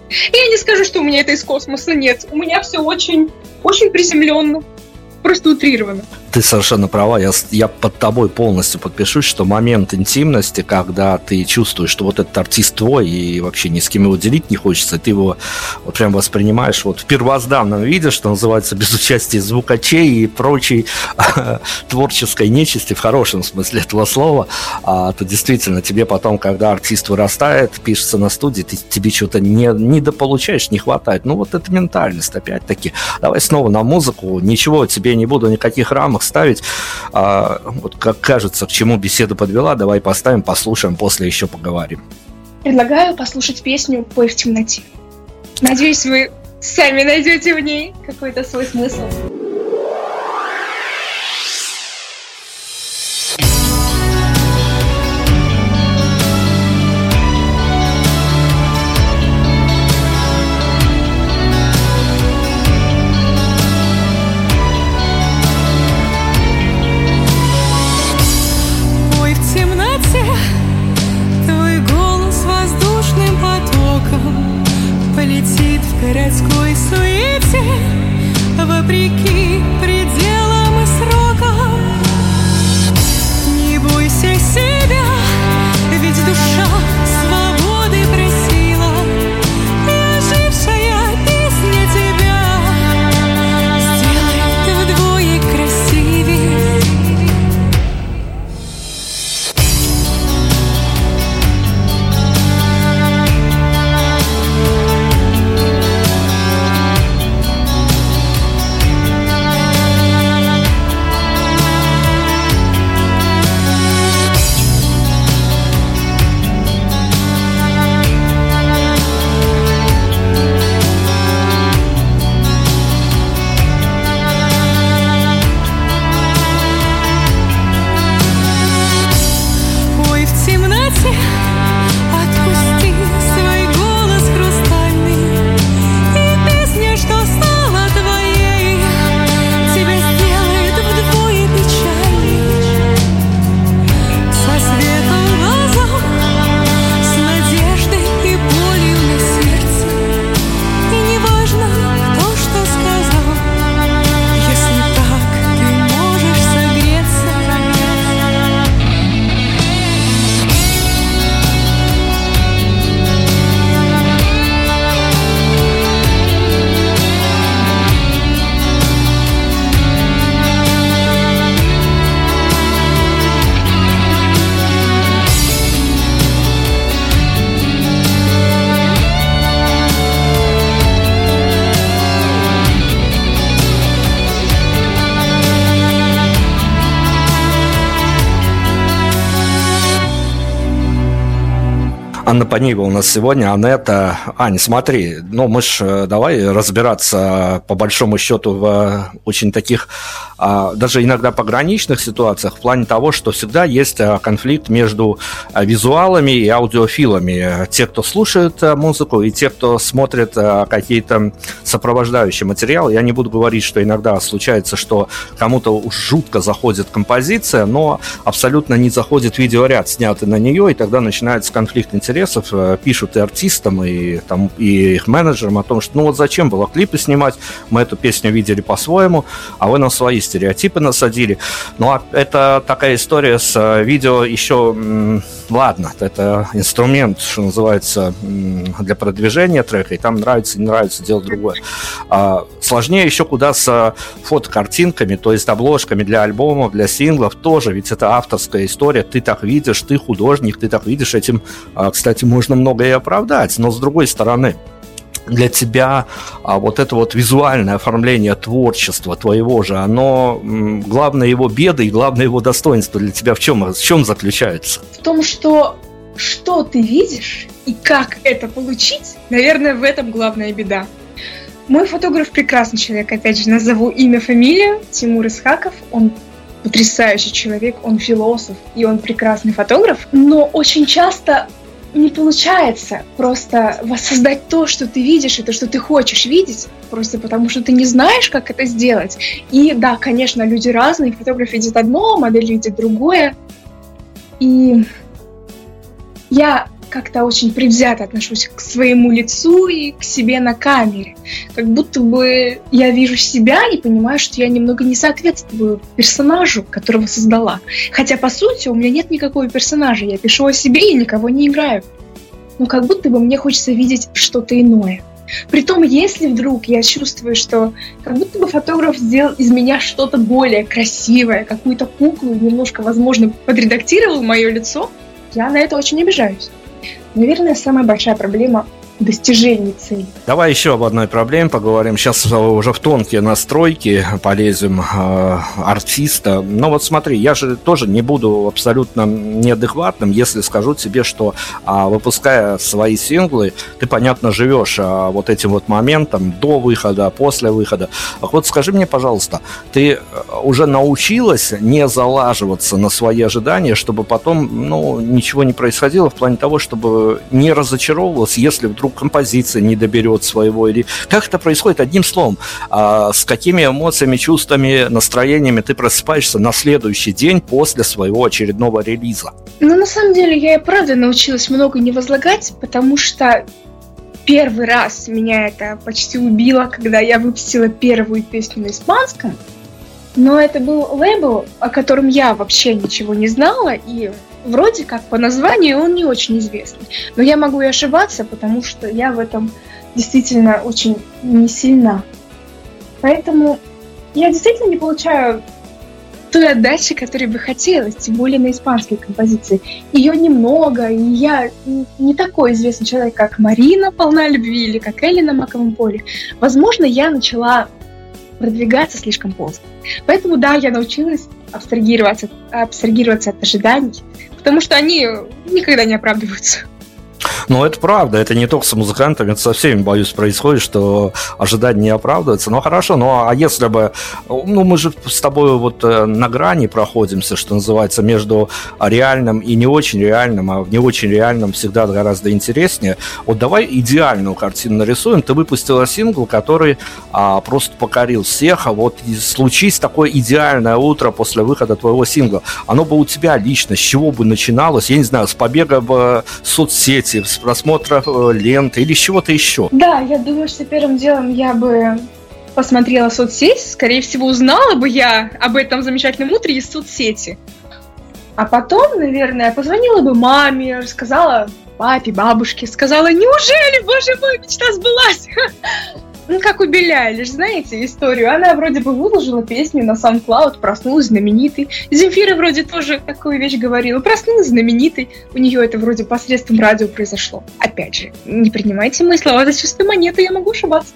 Speaker 3: Я не скажу, что у меня это из космоса, нет. У меня все очень, очень приземленно, просто утрировано.
Speaker 2: Ты совершенно права, я, я под тобой полностью подпишусь, что момент интимности, когда ты чувствуешь, что вот этот артист твой, и вообще ни с кем его делить не хочется, ты его вот прям воспринимаешь вот в первозданном виде, что называется, без участия звукачей и прочей творческой нечисти, в хорошем смысле этого слова, а, то действительно тебе потом, когда артист вырастает, пишется на студии, ты, тебе что-то не, недополучаешь, не хватает. Ну вот эта ментальность, опять-таки. Давай снова на музыку, ничего тебе не буду, никаких рамок ставить. А, вот как кажется, к чему беседа подвела, давай поставим, послушаем, после еще поговорим.
Speaker 3: Предлагаю послушать песню «Пой в темноте». Надеюсь, вы сами найдете в ней какой-то свой смысл.
Speaker 4: Полетит в городской суете, вопреки пределам и срокам. Не бойся себя, ведь душа свободы просила, и ожившая песня тебя сделает вдвое красивее.
Speaker 2: Анна Панеева у нас сегодня, Анетта. Ань, смотри, ну мы ж давай разбираться по большому счету в очень таких, даже иногда пограничных ситуациях, в плане того, что всегда есть конфликт между визуалами и аудиофилами. Те, кто слушает музыку, и те, кто смотрит какие-то сопровождающие материалы. Я не буду говорить, что иногда случается, что кому-то уж жутко заходит композиция, но абсолютно не заходит видеоряд, снятый на нее, и тогда начинается конфликт интересов. Пишут и артистам, и, там, и их менеджерам о том, что ну вот зачем было клипы снимать, мы эту песню видели по-своему, а вы нам свои стереотипы насадили. Ну, а это такая история с видео еще, м- ладно, это инструмент, что называется, м- для продвижения трека, и там нравится, не нравится, дело другое. А, сложнее еще куда с фотокартинками, то есть обложками для альбомов, для синглов тоже, ведь это авторская история, ты так видишь, ты художник, ты так видишь, этим, кстати, можно многое и оправдать, но с другой стороны, для тебя а, вот это вот визуальное оформление творчества твоего же, оно, м, главное его беды и главное его достоинство для тебя в чем, в чем заключается?
Speaker 3: В том, что что ты видишь и как это получить, наверное, в этом главная беда. Мой фотограф прекрасный человек, опять же, назову имя, фамилию, Тимур Исхаков, он потрясающий человек, он философ и он прекрасный фотограф, но очень часто не получается просто воссоздать то, что ты видишь, и то, что ты хочешь видеть, просто потому что ты не знаешь, как это сделать. И да, конечно, люди разные, фотограф видит одно, модель видит другое. И я как-то очень предвзято отношусь к своему лицу и к себе на камере. Как будто бы я вижу себя и понимаю, что я немного не соответствую персонажу, которого создала. Хотя, по сути, у меня нет никакого персонажа. Я пишу о себе и никого не играю. Но как будто бы мне хочется видеть что-то иное. Притом, если вдруг я чувствую, что как будто бы фотограф сделал из меня что-то более красивое, какую-то куклу, немножко, возможно, подредактировал мое лицо, я на это очень обижаюсь. Наверное, самая большая проблема достижений цели.
Speaker 2: Давай еще об одной проблеме поговорим. Сейчас уже в тонкие настройки полезем э, артиста. Но вот смотри, я же тоже не буду абсолютно неадекватным, если скажу тебе, что э, выпуская свои синглы, ты, понятно, живешь э, вот этим вот моментом до выхода, после выхода. Вот скажи мне, пожалуйста, ты уже научилась не залаживаться на свои ожидания, чтобы потом, ну, ничего не происходило в плане того, чтобы не разочаровывалась, если вдруг композиция не доберет своего, или как это происходит, одним словом, а, с какими эмоциями, чувствами, настроениями ты просыпаешься на следующий день после своего очередного релиза?
Speaker 3: Ну, на самом деле, я и правда научилась много не возлагать, потому что первый раз меня это почти убило, когда я выпустила первую песню на испанском, но это был лейбл, о котором я вообще ничего не знала, и вроде как по названию он не очень известный. Но я могу и ошибаться, потому что я в этом действительно очень не сильна. Поэтому я действительно не получаю той отдачи, которой бы хотелось, тем более на испанской композиции. Ее немного, и я не такой известный человек, как Марина «Полна любви» или как Элли на «Маковом поле». Возможно, я начала продвигаться слишком поздно. Поэтому, да, я научилась абстрагироваться, абстрагироваться от ожиданий, потому что они никогда не оправдываются.
Speaker 2: Ну, это правда, это не только с музыкантами, это со всеми, боюсь, происходит, что ожидания не оправдываются. Ну, хорошо, ну, а если бы... Ну, мы же с тобой вот на грани проходимся, что называется, между реальным и не очень реальным, а в не очень реальном всегда гораздо интереснее. Вот давай идеальную картину нарисуем. Ты выпустила сингл, который а, просто покорил всех, а вот случись такое идеальное утро после выхода твоего сингла, оно бы у тебя лично с чего бы начиналось? Я не знаю, с побега в соцсети, с просмотра ленты или с чего-то еще?
Speaker 3: Да, я думаю, что первым делом я бы посмотрела соцсети, скорее всего, узнала бы я об этом замечательном утре из соцсети. А потом, наверное, позвонила бы маме, рассказала папе, бабушке, сказала: неужели, боже мой, мечта сбылась? Ну, как у Билли Айлиш, знаете историю? Она вроде бы выложила песню на SoundCloud, проснулась знаменитой. Земфира вроде тоже такую вещь говорила, проснулась знаменитой. У нее это вроде посредством радио произошло. Опять же, не принимайте мои слова за чистую монету, я могу ошибаться.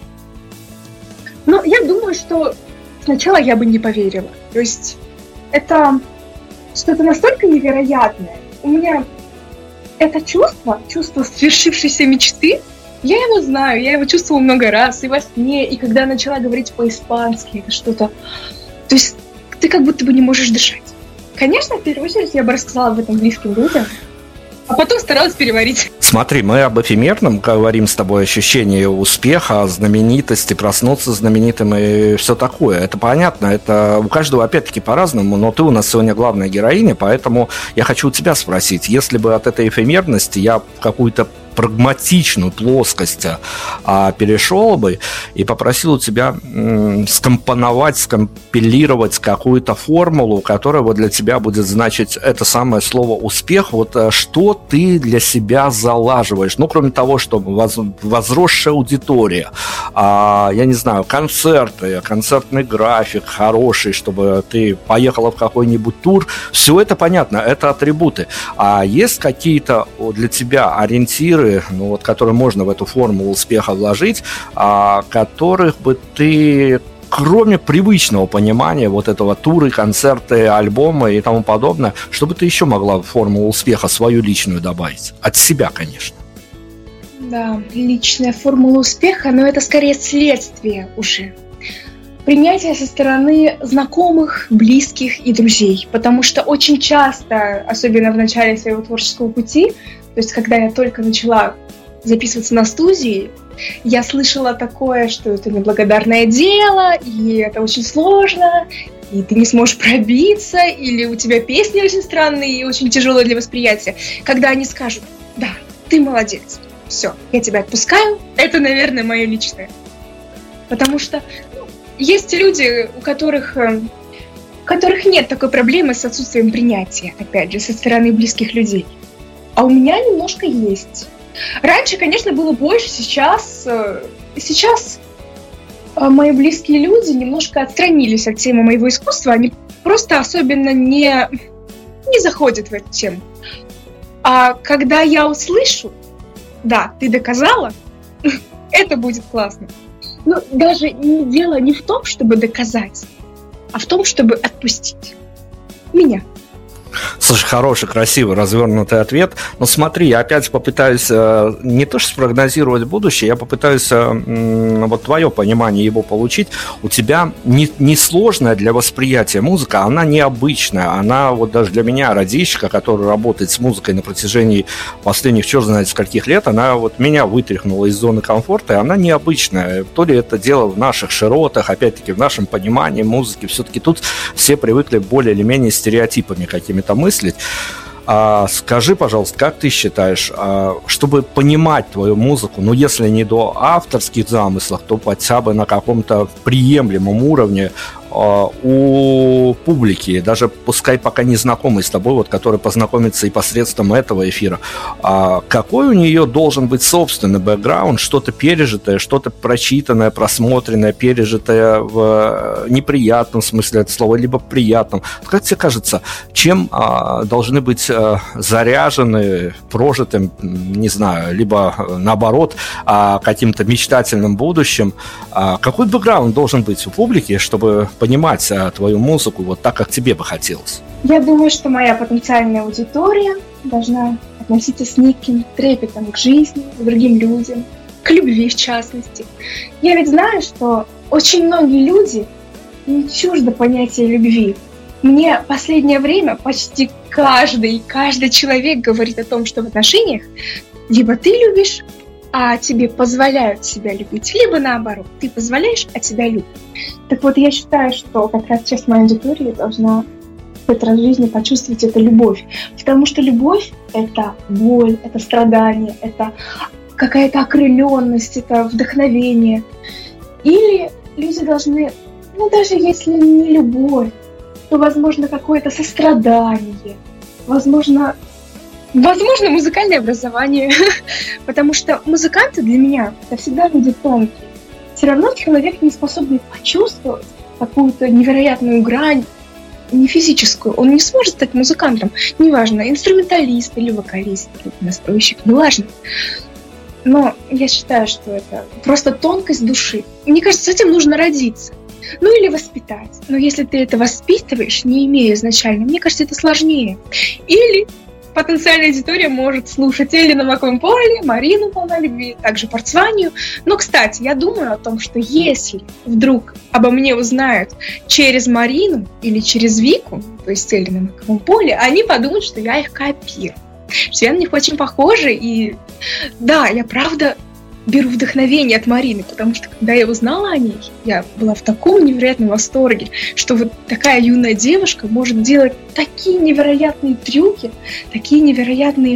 Speaker 3: Но я думаю, что сначала я бы не поверила. То есть это что-то настолько невероятное. У меня это чувство, чувство свершившейся мечты, я его знаю, я его чувствовала много раз, и во сне, и когда начала говорить по-испански, это что-то... То есть ты как будто бы не можешь дышать. Конечно, в первую очередь я бы рассказала об этом близким людям, а потом старалась переварить.
Speaker 2: Смотри, мы об эфемерном говорим с тобой, ощущении успеха, знаменитости, проснуться знаменитым и все такое. Это понятно, это у каждого опять-таки по-разному, но ты у нас сегодня главная героиня, поэтому я хочу у тебя спросить, если бы от этой эфемерности я в какую-то прагматичную плоскость а, перешел бы и попросил у тебя м, скомпоновать, скомпилировать какую-то формулу, которая вот для тебя будет значить это самое слово «успех». Вот что ты для себя залаживаешь? Ну, кроме того, что воз, возросшая аудитория, а, я не знаю, концерты, концертный график хороший, чтобы ты поехала в какой-нибудь тур. Все это понятно, это атрибуты. А есть какие-то для тебя ориентиры, ну, вот, которые можно в эту формулу успеха вложить, а, которых бы ты, кроме привычного понимания вот этого туры, концерты, альбомы и тому подобное, чтобы ты еще могла в формулу успеха свою личную добавить? От себя, конечно.
Speaker 3: Да, личная формула успеха, но это скорее следствие уже. Принятие со стороны знакомых, близких и друзей. Потому что очень часто, особенно в начале своего творческого пути, то есть когда я только начала записываться на студии, я слышала такое, что это неблагодарное дело, и это очень сложно, и ты не сможешь пробиться, или у тебя песни очень странные и очень тяжелые для восприятия. Когда они скажут: да, ты молодец. Все, я тебя отпускаю. Это, наверное, мое личное. Потому что ну, есть люди, у которых, у которых нет такой проблемы с отсутствием принятия, опять же, со стороны близких людей. А у меня немножко есть. Раньше, конечно, было больше, сейчас... Сейчас мои близкие люди немножко отстранились от темы моего искусства, они просто особенно не, не заходят в эту тему. А когда я услышу, да, ты доказала, это будет классно. Но даже дело не в том, чтобы доказать, а в том, чтобы отпустить меня.
Speaker 2: Слушай, хороший, красивый, развернутый ответ. Но смотри, я опять попытаюсь э, не то что спрогнозировать будущее, я попытаюсь э, вот твое понимание его получить. У тебя не, не сложная для восприятия музыка, она необычная. Она вот даже для меня, радищика, который работает с музыкой на протяжении последних, черт знает скольких лет, она вот меня вытряхнула из зоны комфорта, и она необычная. То ли это дело в наших широтах, опять-таки в нашем понимании музыки. Все-таки тут все привыкли более или менее стереотипами какими-то мыслить. А, скажи, пожалуйста, как ты считаешь, а, чтобы понимать твою музыку, ну, если не до авторских замыслов, то хотя бы на каком-то приемлемом уровне а, у публики, даже пускай пока не знакомый с тобой, вот, который познакомится и посредством этого эфира, а, какой у нее должен быть собственный бэкграунд, что-то пережитое, что-то прочитанное, просмотренное, пережитое в неприятном смысле этого слова, либо приятном. Как тебе кажется, чем а, должны быть а, заряжены прожитым, не знаю, либо наоборот а, каким-то мечтательным будущим? А, какой бэкграунд должен быть у публики, чтобы понимать а, твою музыку вот так, как тебе бы хотелось?
Speaker 3: Я думаю, что моя потенциальная аудитория должна относиться с неким трепетом к жизни, к другим людям, к любви в частности. Я ведь знаю, что очень многие люди не чуждо понятия любви. Мне в последнее время почти каждый, каждый человек говорит о том, что в отношениях либо ты любишь, а тебе позволяют себя любить, либо наоборот, ты позволяешь, а тебя любят. Так вот, я считаю, что как раз часть моей аудитории должна в этот раз в жизни почувствовать эту любовь. Потому что любовь — это боль, это страдание, это какая-то окрыленность, это вдохновение. Или люди должны, ну даже если не любовь, то, возможно, какое-то сострадание, возможно, возможно, музыкальное образование, потому что музыканты для меня — это всегда люди тонкие. Все равно человек, не способный почувствовать какую-то невероятную грань, не физическую, он не сможет стать музыкантом, неважно, инструменталист или вокалист, или настройщик, неважно. Но я считаю, что это просто тонкость души. Мне кажется, с этим нужно родиться. Ну или воспитать. Но если ты это воспитываешь, не имея изначально, мне кажется, это сложнее. Или потенциальная аудитория может слушать Эллина Маквемполи, Марину «Полна любви», также Порцванию. Но, кстати, я думаю о том, что если вдруг обо мне узнают через Марину или через Вику, то есть Эллина Маквемполи, они подумают, что я их копирую. Что я на них очень похожа. И да, я правда беру вдохновение от Марины, потому что когда я узнала о ней, я была в таком невероятном восторге, что вот такая юная девушка может делать такие невероятные трюки, такие невероятные...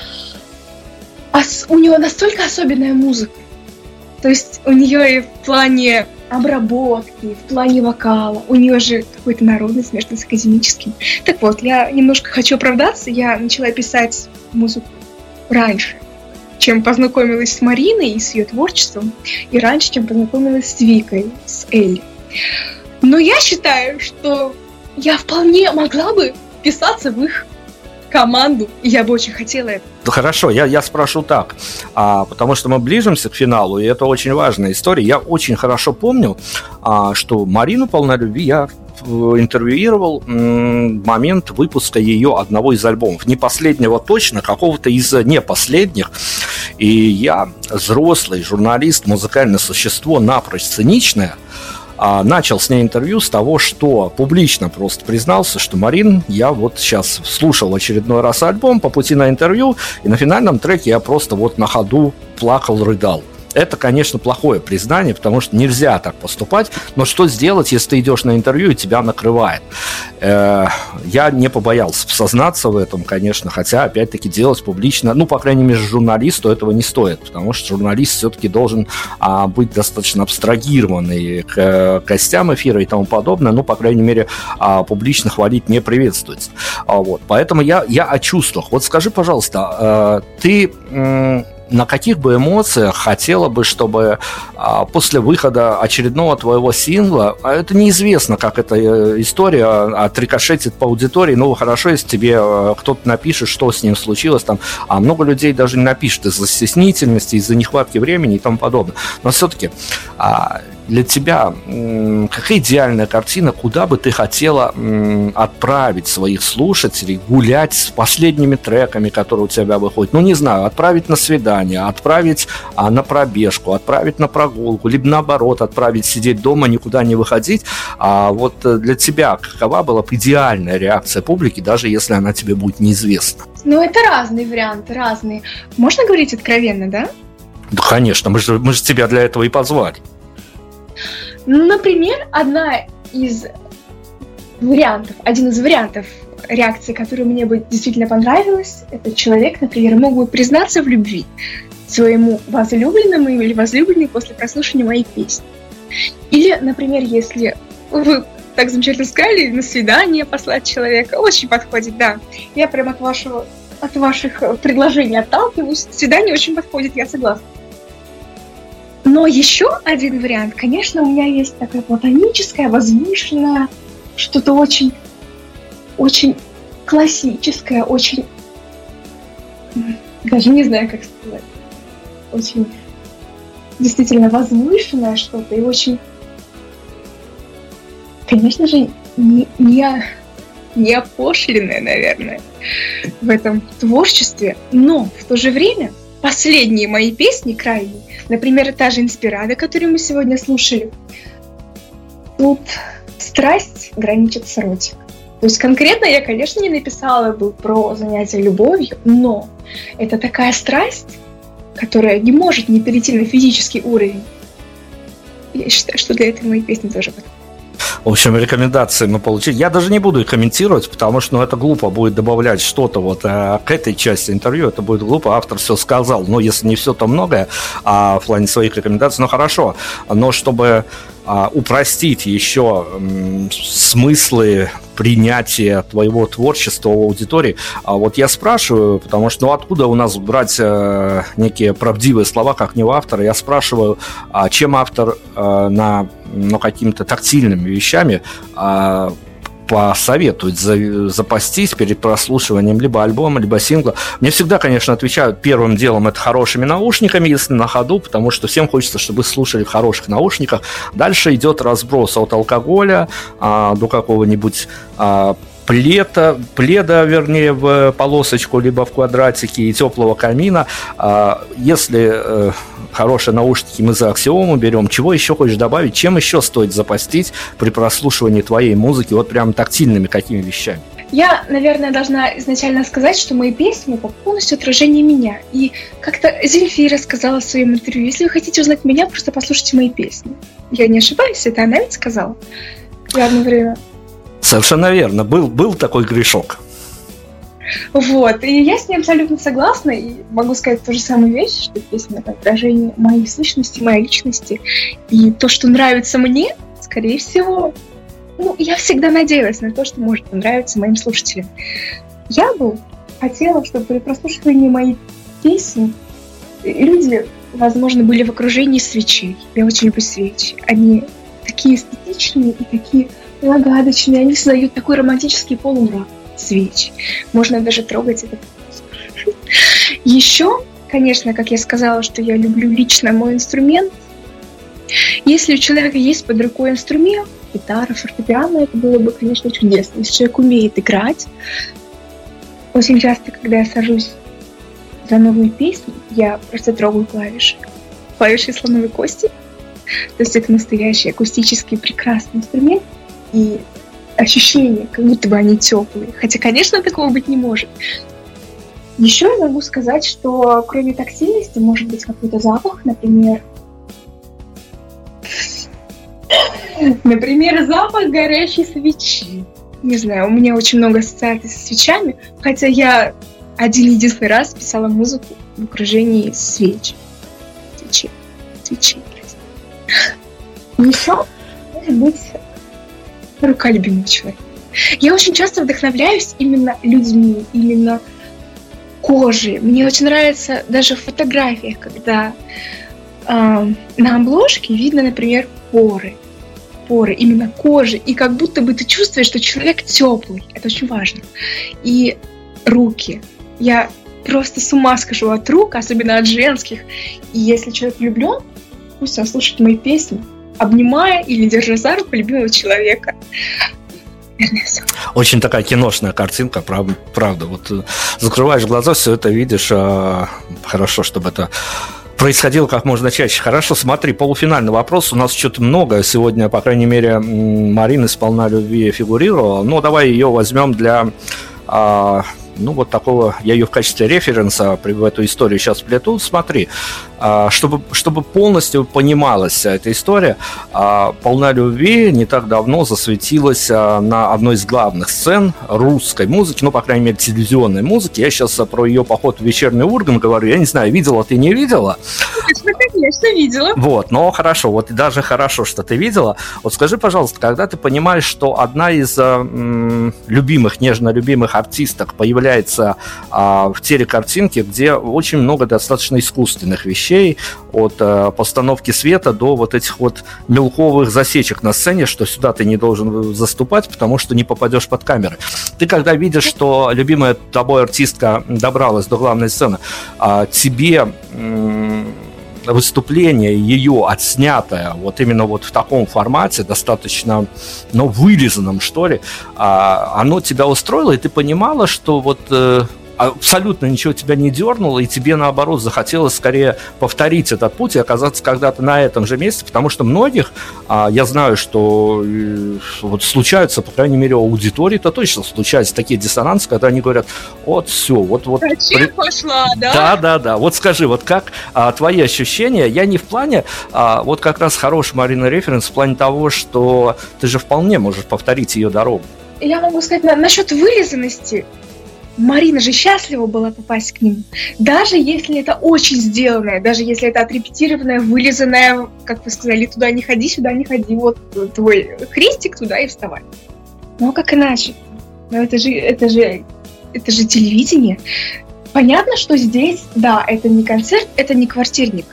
Speaker 3: У нее настолько особенная музыка. То есть у нее и в плане обработки, в плане вокала, у нее же какой-то народный смешанный с академическим. Так вот, я немножко хочу оправдаться, я начала писать музыку раньше, чем познакомилась с Мариной и с ее творчеством, и раньше, чем познакомилась с Викой, с Элли. Но я считаю, что я вполне могла бы вписаться в их команду, и я бы очень хотела это.
Speaker 2: Ну, хорошо, я, я спрошу так, а, потому что мы ближимся к финалу, и это очень важная история. Я очень хорошо помню, а, что Марину «Полна любви» я интервьюировал м, момент выпуска ее одного из альбомов. Не последнего точно, какого-то из не последних. И я, взрослый журналист, музыкальное существо, напрочь циничное, а, начал с ней интервью с того, что публично просто признался, что: Марин, я вот сейчас слушал очередной раз альбом по пути на интервью, и на финальном треке я просто вот на ходу плакал, рыдал. Это, конечно, плохое признание, потому что нельзя так поступать. Но что сделать, если ты идешь на интервью и тебя накрывает? Я не побоялся сознаться в этом, конечно, хотя, опять-таки, делать публично, ну, по крайней мере, журналисту этого не стоит, потому что журналист все-таки должен а, быть достаточно абстрагированный к гостям эфира и тому подобное, ну, по крайней мере, а, публично хвалить не приветствуется. А, вот. Поэтому я, я о чувствах. Вот скажи, пожалуйста, а, ты... М- на каких бы эмоциях хотела бы, чтобы а, после выхода очередного твоего сингла, а это неизвестно, как эта история отрикошетит по аудитории, ну, хорошо, если тебе а, кто-то напишет, что с ним случилось, там, а много людей даже не напишет из-за стеснительности, из-за нехватки времени и тому подобное. Но все-таки а, для тебя м, какая идеальная картина, куда бы ты хотела м, отправить своих слушателей гулять с последними треками, которые у тебя выходят? Ну, не знаю, отправить на свидание, отправить а, на пробежку, отправить на прогулку, либо наоборот, отправить сидеть дома, никуда не выходить. А вот для тебя какова была бы идеальная реакция публики, даже если она тебе будет неизвестна?
Speaker 3: Ну, это разные варианты, разные. Можно говорить откровенно, да?
Speaker 2: Да, конечно, мы же, мы же тебя для этого и позвали.
Speaker 3: Ну, например, одна из вариантов, один из вариантов реакции, которая мне бы действительно понравилась, это человек, например, мог бы признаться в любви своему возлюбленному или возлюбленной после прослушивания моей песни. Или, например, если вы так замечательно сказали, на свидание послать человека, очень подходит, да. Я прям от вашего, от ваших предложений отталкиваюсь. Свидание очень подходит, я согласна. Но еще один вариант, конечно, у меня есть такое платоническое, возвышенное, что-то очень, очень классическое, очень, даже не знаю, как сказать, очень действительно возвышенное что-то и очень, конечно же, не, не, не опошленное, наверное, в этом творчестве, но в то же время последние мои песни крайние, например, та же «Инспирада», которую мы сегодня слушали, тут страсть граничит с эротикой. То есть конкретно я, конечно, не написала бы про занятие любовью, но это такая страсть, которая не может не перейти на физический уровень. Я считаю, что для этого мои песни тоже подходят.
Speaker 2: В общем, рекомендации мы получили. Я даже не буду их комментировать, потому что ну, это глупо будет добавлять что-то вот а, к этой части интервью. Это будет глупо. Автор все сказал. Но если не все, то многое а, в плане своих рекомендаций. Ну, хорошо. Но чтобы а, упростить еще м, смыслы принятия твоего творчества у аудитории, а вот я спрашиваю, потому что ну откуда у нас брать э, некие правдивые слова, как не у автора, я спрашиваю, а чем автор э, на ну, какими-то тактильными вещами э, посоветует за, запастись перед прослушиванием либо альбома, либо сингла. Мне всегда, конечно, отвечают первым делом это хорошими наушниками, если на ходу, потому что всем хочется, чтобы слушали в хороших наушниках. Дальше идет разброс от алкоголя а, до какого-нибудь а, пледа, пледа, вернее, в полосочку, либо в квадратике и теплого камина. А, если э, хорошие наушники мы за аксиому берем, чего еще хочешь добавить? Чем еще стоит запастись при прослушивании твоей музыки, вот прям тактильными какими вещами?
Speaker 3: Я, наверное, должна изначально сказать, что мои песни — это полностью отражение меня. И как-то Земфира сказала в своем интервью: если вы хотите узнать меня, просто послушайте мои песни. Я не ошибаюсь, это она ведь сказала в одно время.
Speaker 2: Совершенно верно. Был, был такой грешок.
Speaker 3: Вот. И я с ней абсолютно согласна. И могу сказать ту же самую вещь, что песня — это отражение моей сущности, моей личности. И то, что нравится мне, скорее всего... Ну, я всегда надеялась на то, что может понравиться моим слушателям. Я бы хотела, чтобы при прослушивании моих песен люди, возможно, были в окружении свечей. Я очень люблю свечи. Они такие эстетичные и такие загадочные. Они создают такой романтический полумрак. Свечи. Можно даже трогать это. Еще, конечно, как я сказала, что я люблю лично мой инструмент. Если у человека есть под рукой инструмент, гитара, фортепиано, это было бы, конечно, чудесно. Если человек умеет играть, очень часто, когда я сажусь за новую песню, я просто трогаю клавиши. Клавиши слоновой кости. То есть это настоящий акустический прекрасный инструмент. И ощущение, как будто бы они теплые. Хотя, конечно, такого быть не может. Еще я могу сказать, что кроме тактильности может быть какой-то запах, например, например, запах горящей свечи. Не знаю, у меня очень много ассоциаций со свечами, хотя я один единственный раз писала музыку в окружении свеч. Свечи. Свечи. Еще может быть рука любимого человека. Я очень часто вдохновляюсь именно людьми, именно кожей. Мне очень нравится даже в фотографиях, когда э, на обложке видно, например, поры. Поры, именно кожи. И как будто бы ты чувствуешь, что человек теплый. Это очень важно. И руки. Я просто с ума схожу от рук, особенно от женских. И если человек влюблен, пусть он слушает мои песни, обнимая или держа за руку любимого человека.
Speaker 2: Очень такая киношная картинка, правда, правда. Вот закрываешь глаза, все это видишь. А, хорошо, чтобы это происходило как можно чаще. Хорошо, смотри, полуфинальный вопрос. У нас что-то много. Сегодня, по крайней мере, Марина «Сполна любви» фигурировала. Ну, давай ее возьмем для... А, ну, вот такого, я ее в качестве референса в эту историю сейчас вплету. Смотри, чтобы, чтобы полностью понималась эта история, «Полна любви» не так давно засветилась на одной из главных сцен русской музыки, ну, по крайней мере, телевизионной музыки. Я сейчас про ее поход в вечерний Ургант говорю. Я не знаю, видела ты, не видела?
Speaker 3: Конечно, конечно, видела.
Speaker 2: Вот, но хорошо, вот даже хорошо, что ты видела. Вот скажи, пожалуйста, когда ты понимаешь, что одна из м, любимых, нежно любимых артисток появляется а, в телекартинке, где очень много достаточно искусственных вещей, от а, постановки света до вот этих вот мелковых засечек на сцене, что сюда ты не должен заступать, потому что не попадешь под камеры. Ты когда видишь, что любимая тобой артистка добралась до главной сцены, а, тебе... М- выступление ее отснятое вот именно вот в таком формате, достаточно, ну, вылизанном, что ли, оно тебя устроило, и ты понимала, что вот абсолютно ничего тебя не дернуло, и тебе, наоборот, захотелось скорее повторить этот путь и оказаться когда-то на этом же месте, потому что многих, я знаю, что вот случаются, по крайней мере, у аудитории-то точно случаются такие диссонансы, когда они говорят, вот все, вот... вот
Speaker 3: зачем при... пошла, да?
Speaker 2: Да, да, да. Вот скажи, вот как а, твои ощущения? Я не в плане, а, вот как раз хороший, Марина, референс в плане того, что ты же вполне можешь повторить ее дорогу.
Speaker 3: Я могу сказать на, насчет вылизанности. Марина же счастлива была попасть к нему. Даже если это очень сделанное, даже если это отрепетированное, вылизанное, как вы сказали, туда не ходи, сюда не ходи, вот твой крестик, туда и вставай. Ну а как иначе? Но это же, это же, это же телевидение. Понятно, что здесь, да, это не концерт, это не квартирник.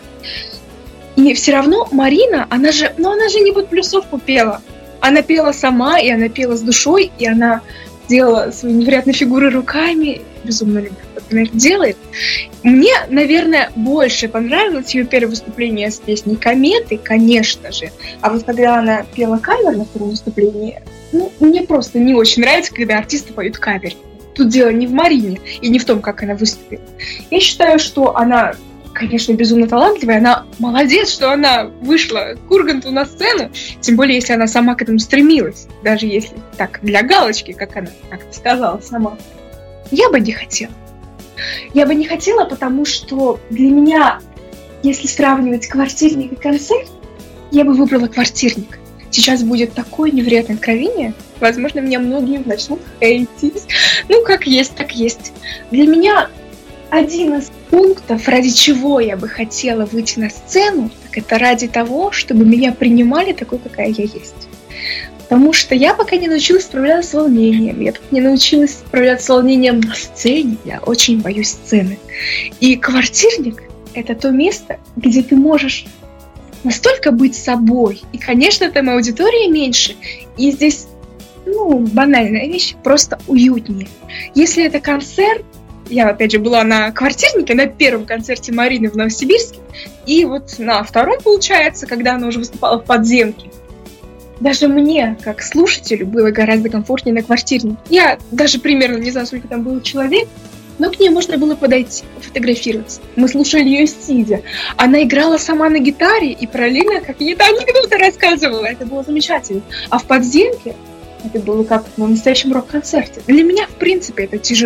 Speaker 3: И все равно Марина, она же, ну она же не под плюсовку пела. Она пела сама, и она пела с душой, и она делала свои невероятные фигуры руками. Безумно люблю, как она их делает. Мне, наверное, больше понравилось ее первое выступление с песней «Кометы», конечно же. А вот когда она пела кавер на втором выступлении, ну, мне просто не очень нравится, когда артисты поют кавер. Тут дело не в Марине и не в том, как она выступила. Я считаю, что она, конечно, безумно талантливая, она молодец, что она вышла к Урганту на сцену, тем более, если она сама к этому стремилась, даже если так, для галочки, как она как-то сказала сама. Я бы не хотела. Я бы не хотела, потому что для меня, если сравнивать квартирник и концерт, я бы выбрала квартирник. Сейчас будет такое невероятное откровение, возможно, меня многие начнут хейтить. Ну, как есть, так есть. Для меня один из пунктов, ради чего я бы хотела выйти на сцену, так это ради того, чтобы меня принимали такой, какая я есть. Потому что я пока не научилась справляться с волнением, я пока не научилась справляться с волнением на сцене, я очень боюсь сцены. И квартирник – это то место, где ты можешь настолько быть собой. И, конечно, там аудитория меньше, и здесь, ну, банальная вещь, просто уютнее. Если это концерт, я, опять же, была на квартирнике, на первом концерте Марины в Новосибирске, и вот на втором, получается, когда она уже выступала в подземке. Даже мне, как слушателю, было гораздо комфортнее на квартирнике. Я даже примерно не знаю, сколько там было человек, но к ней можно было подойти, фотографироваться. Мы слушали ее сидя. Она играла сама на гитаре и параллельно какие-то анекдоты рассказывала. Это было замечательно. А в подземке это было как на настоящем рок-концерте. Для меня, в принципе, это тяжело.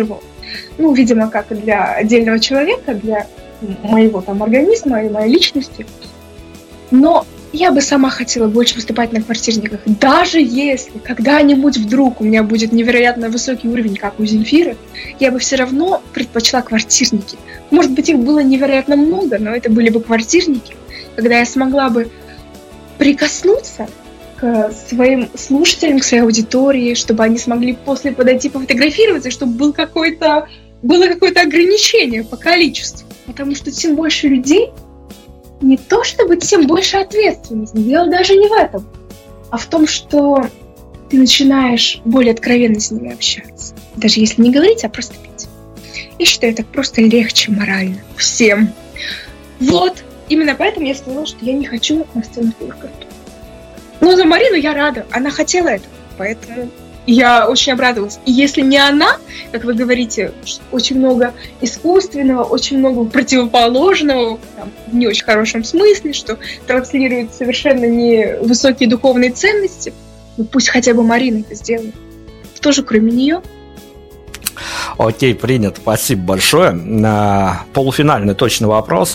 Speaker 3: Ну, видимо, как и для отдельного человека, для моего там организма и моей личности. Но я бы сама хотела больше выступать на квартирниках. Даже если когда-нибудь вдруг у меня будет невероятно высокий уровень, как у Земфиры, я бы все равно предпочла квартирники. Может быть, их было невероятно много, но это были бы квартирники, когда я смогла бы прикоснуться к своим слушателям, к своей аудитории, чтобы они смогли после подойти пофотографироваться, чтобы был какой-то, было какое-то ограничение по количеству. Потому что тем больше людей, не то чтобы тем больше ответственности. Дело даже не в этом, а в том, что ты начинаешь более откровенно с ними общаться. Даже если не говорить, а просто петь. Я считаю, так просто легче морально всем. Вот. Именно поэтому я сказала, что я не хочу на сцену в Урганту. Но за Марину я рада. Она хотела этого. Поэтому я очень обрадовалась. И если не она, как вы говорите, очень много искусственного, очень много противоположного, там, в не очень хорошем смысле, что транслирует совершенно невысокие духовные ценности, ну пусть хотя бы Марина это сделает. Тоже кроме нее.
Speaker 2: Окей, принято, спасибо большое. Полуфинальный точный вопрос.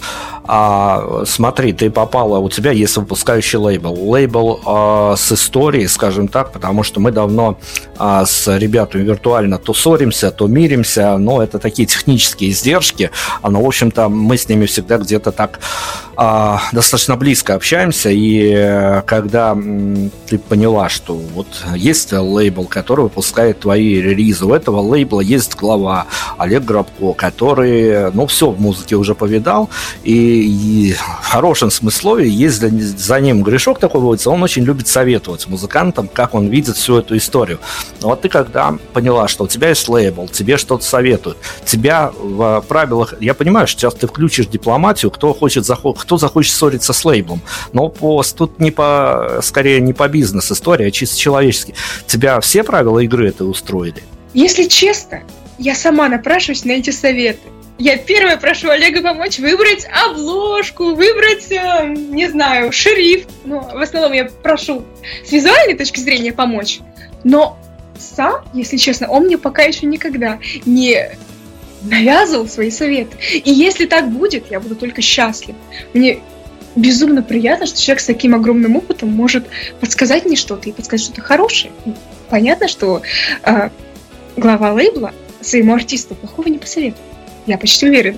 Speaker 2: А, смотри, ты попала, у тебя есть выпускающий лейбл. Лейбл а, с историей, скажем так, потому что мы давно а, с ребятами виртуально то ссоримся, то миримся, но это такие технические издержки. Но, в общем-то, мы с ними всегда где-то так а, достаточно близко общаемся. И когда м, ты поняла, что вот есть лейбл, который выпускает твои релизы, у этого лейбла есть глава Олег Грабко, который, ну, все в музыке уже повидал, и И в хорошем смысле есть за, за ним грешок такой водится, он очень любит советовать музыкантам, как он видит всю эту историю. Вот ты когда поняла, что у тебя есть лейбл, тебе что-то советуют, тебя в правилах, я понимаю, что сейчас ты включишь дипломатию, кто хочет, кто захочет ссориться с лейблом, но по, тут не по, скорее не по бизнес-истории, а чисто человечески. Тебя все правила игры это устроили?
Speaker 3: Если честно, я сама напрашиваюсь на эти советы. Я первая прошу Олега помочь выбрать обложку, выбрать, э, не знаю, шрифт. Ну, в основном я прошу с визуальной точки зрения помочь. Но сам, если честно, он мне пока еще никогда не навязывал свои советы. И если так будет, я буду только счастлив. Мне безумно приятно, что человек с таким огромным опытом может подсказать мне что-то и подсказать что-то хорошее. Понятно, что э, глава лейбла своему артисту плохого не посоветует. Я почти уверена.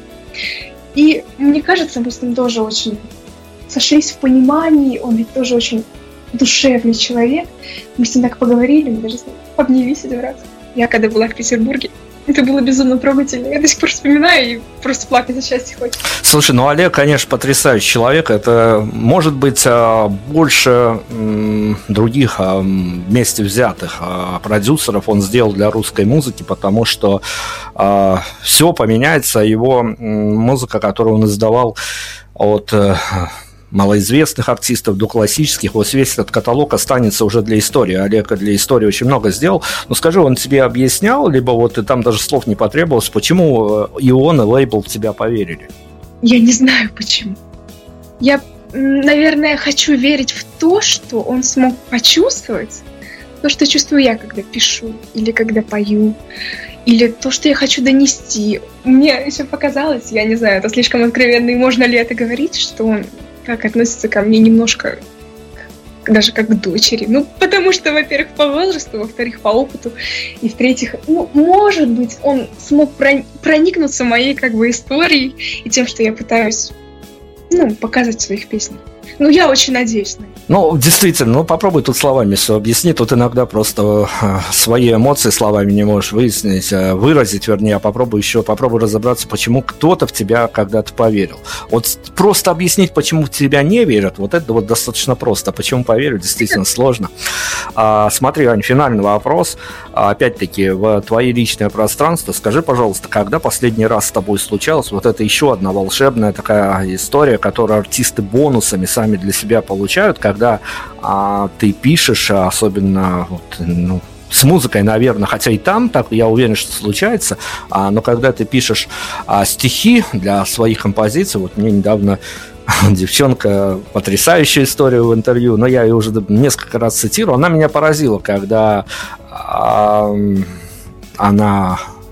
Speaker 3: И мне кажется, мы с ним тоже очень сошлись в понимании. Он ведь тоже очень душевный человек. Мы с ним так поговорили, мы даже с ним обнялись один раз. Я когда была в Петербурге, это было безумно трогательно. Я до сих пор вспоминаю и просто плакать от счастья хочется.
Speaker 2: Слушай, ну Олег, конечно, потрясающий человек. Это, может быть, больше других вместе взятых продюсеров он сделал для русской музыки, потому что все поменяется. Его музыка, которую он издавал от малоизвестных артистов до классических, вот весь этот каталог останется уже для истории. Олег для истории очень много сделал. Но скажи, он тебе объяснял, либо вот и там даже слов не потребовалось, почему и он, и лейбл в тебя поверили?
Speaker 3: Я не знаю почему. Я, наверное, хочу верить в то, что он смог почувствовать то, что чувствую я, когда пишу, или когда пою, или то, что я хочу донести. Мне еще показалось, я не знаю, это слишком откровенно, и можно ли это говорить, что он как относится ко мне немножко даже как к дочери. Ну, потому что, во-первых, по возрасту, во-вторых, по опыту, и в-третьих, ну, может быть, он смог проникнуться моей как бы историей и тем, что я пытаюсь, ну, показать в своих песнях. Ну, я очень надеюсь на это.
Speaker 2: Ну, действительно, ну попробуй тут словами все объяснить. Тут иногда просто свои эмоции словами не можешь выяснить, выразить, вернее, а попробуй еще, попробуй разобраться, почему кто-то в тебя когда-то поверил. Вот просто объяснить, почему в тебя не верят, вот это вот достаточно просто. Почему поверят, действительно сложно. А, смотри, Ань, финальный вопрос. Опять-таки, в твои личное пространство. Скажи, пожалуйста, когда последний раз с тобой случалось вот это еще одна волшебная такая история, которую артисты бонусами сами для себя получают, когда а, ты пишешь, особенно вот, ну, с музыкой, наверное, хотя и там так, я уверен, что случается, а, но когда ты пишешь а, стихи для своих композиций, вот мне недавно девчонка, потрясающая история в интервью, но я ее уже несколько раз цитирую, она меня поразила, когда а, она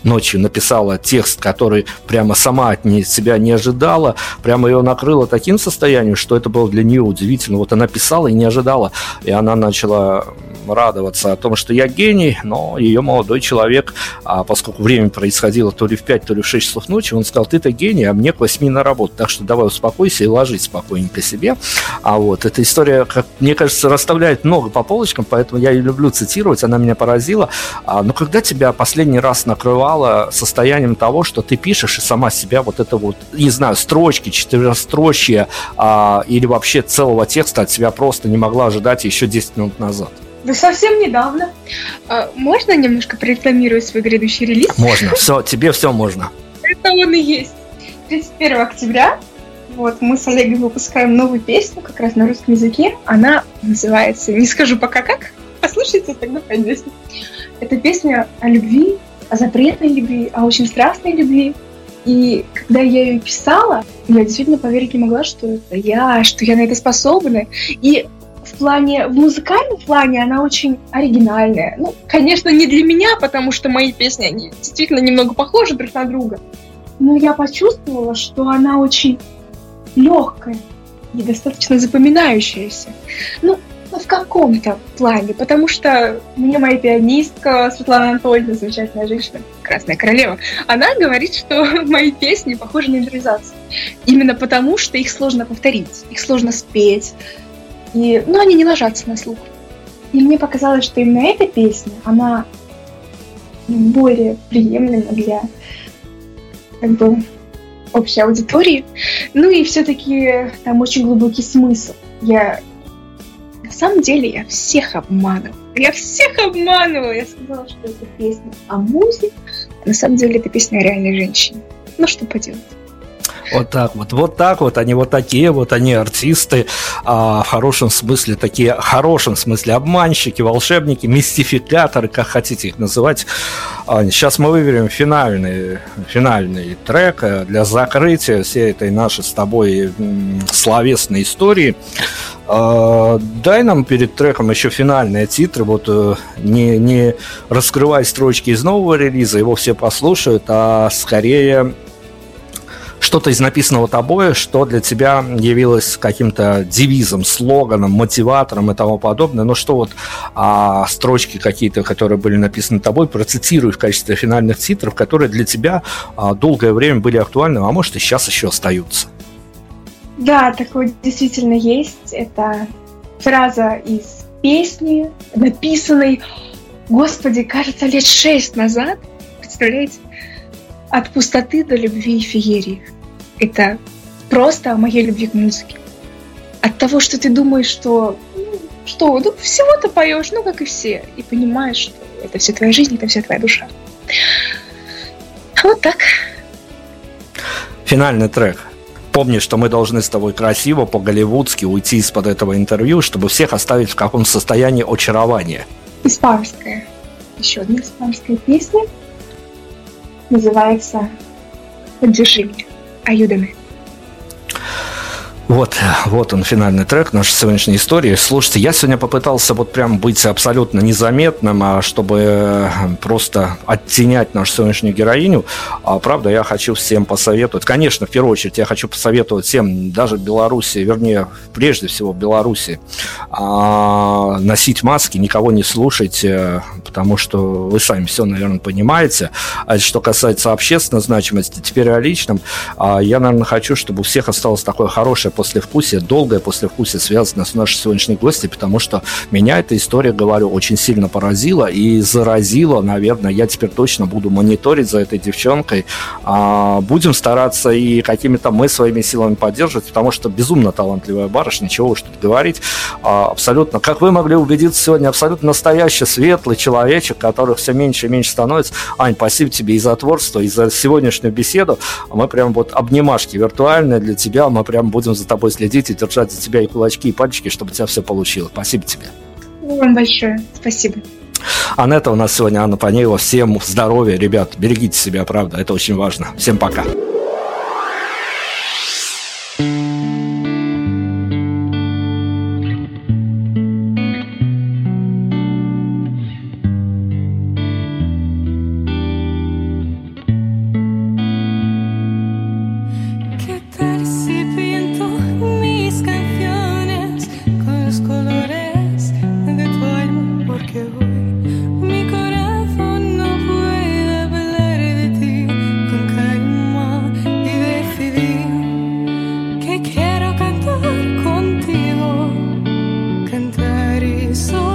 Speaker 2: ночью написала текст, который прямо сама от не, себя не ожидала, прямо ее накрыло таким состоянием, что это было для нее удивительно. Вот она писала и не ожидала, и она начала радоваться о том, что я гений, но ее молодой человек, а поскольку время происходило то ли в пять, то ли в шесть часов ночи, он сказал: ты-то гений, а мне к восьми на работу, так что давай успокойся и ложись спокойненько себе. А вот эта история, как мне кажется, расставляет много по полочкам, поэтому я ее люблю цитировать, она меня поразила. А, но когда тебя последний раз накрывало состоянием того, что ты пишешь и сама себя вот это вот, не знаю, строчки, четырехстрочья а, или вообще целого текста от себя просто не могла ожидать еще десять минут назад?
Speaker 3: Да совсем недавно. А, можно немножко прорекламировать свой грядущий релиз?
Speaker 2: Можно, все, тебе все можно.
Speaker 3: Это он и есть. тридцать первого октября вот, мы с Олегом выпускаем новую песню, как раз на русском языке. Она называется, не скажу пока как, послушайте, тогда поймете. Это песня о любви, о запретной любви, о очень страстной любви. И когда я ее писала, я действительно поверить не могла, что это я, что я на это способна. И в плане, в музыкальном плане она очень оригинальная. Ну, конечно, не для меня, потому что мои песни, они действительно немного похожи друг на друга. Но я почувствовала, что она очень легкая и достаточно запоминающаяся. Ну, в каком-то плане, потому что мне моя пианистка Светлана Анатольевна, замечательная женщина, Красная Королева, она говорит, что мои песни похожи на импровизацию. Именно потому, что их сложно повторить, их сложно спеть. И, ну, они не ложатся на слух. И мне показалось, что именно эта песня, она более приемлема для, как бы, общей аудитории. Ну и все-таки там очень глубокий смысл. Я, на самом деле, я всех обманывала. Я всех обманывала. Я сказала, что это песня о музе, а на самом деле это песня о реальной женщине. Ну, что поделать.
Speaker 2: Вот так вот, вот так вот, они вот такие вот, они артисты, а, в хорошем смысле, такие, в хорошем смысле обманщики, волшебники, мистификаторы, как хотите их называть. А, сейчас мы выберем финальный, финальный трек для закрытия всей этой нашей с тобой м, словесной истории. А, дай нам перед треком еще финальные титры, вот не, не раскрывай строчки из нового релиза, его все послушают, а скорее что-то из написанного тобой, что для тебя явилось каким-то девизом, слоганом, мотиватором и тому подобное. Но что вот а, строчки какие-то, которые были написаны тобой, процитируй в качестве финальных титров, которые для тебя а, долгое время были актуальны, а может и сейчас еще остаются.
Speaker 3: Да, такое действительно есть. Это фраза из песни, написанной, господи, кажется, лет шесть назад. Представляете? От пустоты до любви и феерии. Это просто о моей любви к музыке. От того, что ты думаешь, что ну, что, ну, всего-то поешь, ну, как и все. И понимаешь, что это вся твоя жизнь, это вся твоя душа. Вот так.
Speaker 2: Финальный трек. Помни, что мы должны с тобой красиво, по-голливудски уйти из-под этого интервью, чтобы всех оставить в каком-то состоянии очарования.
Speaker 3: Испанская. Еще одна испанская песня. Называется «Поддержи меня». Ayúdame.
Speaker 2: Вот, вот он, финальный трек нашей сегодняшней истории. Слушайте, я сегодня попытался вот прям быть абсолютно незаметным, а чтобы просто оттенять нашу сегодняшнюю героиню. А, правда, я хочу всем посоветовать, конечно, в первую очередь я хочу посоветовать всем, даже в Беларуси, вернее, прежде всего в Беларуси, а, носить маски, никого не слушать, потому что вы сами все, наверное, понимаете. А что касается общественной значимости, теперь о личном, а, я, наверное, хочу, чтобы у всех осталось такое хорошее послевкусие, долгое послевкусие, связано с нашей сегодняшней гостьей, потому что меня эта история, говорю, очень сильно поразила и заразила, наверное. Я теперь точно буду мониторить за этой девчонкой. А, будем стараться и какими-то мы своими силами поддерживать, потому что безумно талантливая барышня, чего уж тут говорить. А, абсолютно, как вы могли убедиться сегодня, абсолютно настоящий, светлый человечек, которых все меньше и меньше становится. Ань, спасибо тебе и за творчество, и за сегодняшнюю беседу. Мы прям вот обнимашки виртуальные для тебя, мы прям будем за тобой следить и держать за тебя и кулачки, и пальчики, чтобы у тебя все получилось. Спасибо тебе.
Speaker 3: Вам большое спасибо.
Speaker 2: А на это у нас сегодня Анна Панеева. Всем здоровья, ребят. Берегите себя, правда. Это очень важно. Всем пока.
Speaker 4: colores de tu alma, porque hoy mi corazón no puede hablar de ti con calma y decidí que quiero cantar contigo, cantar y soñar.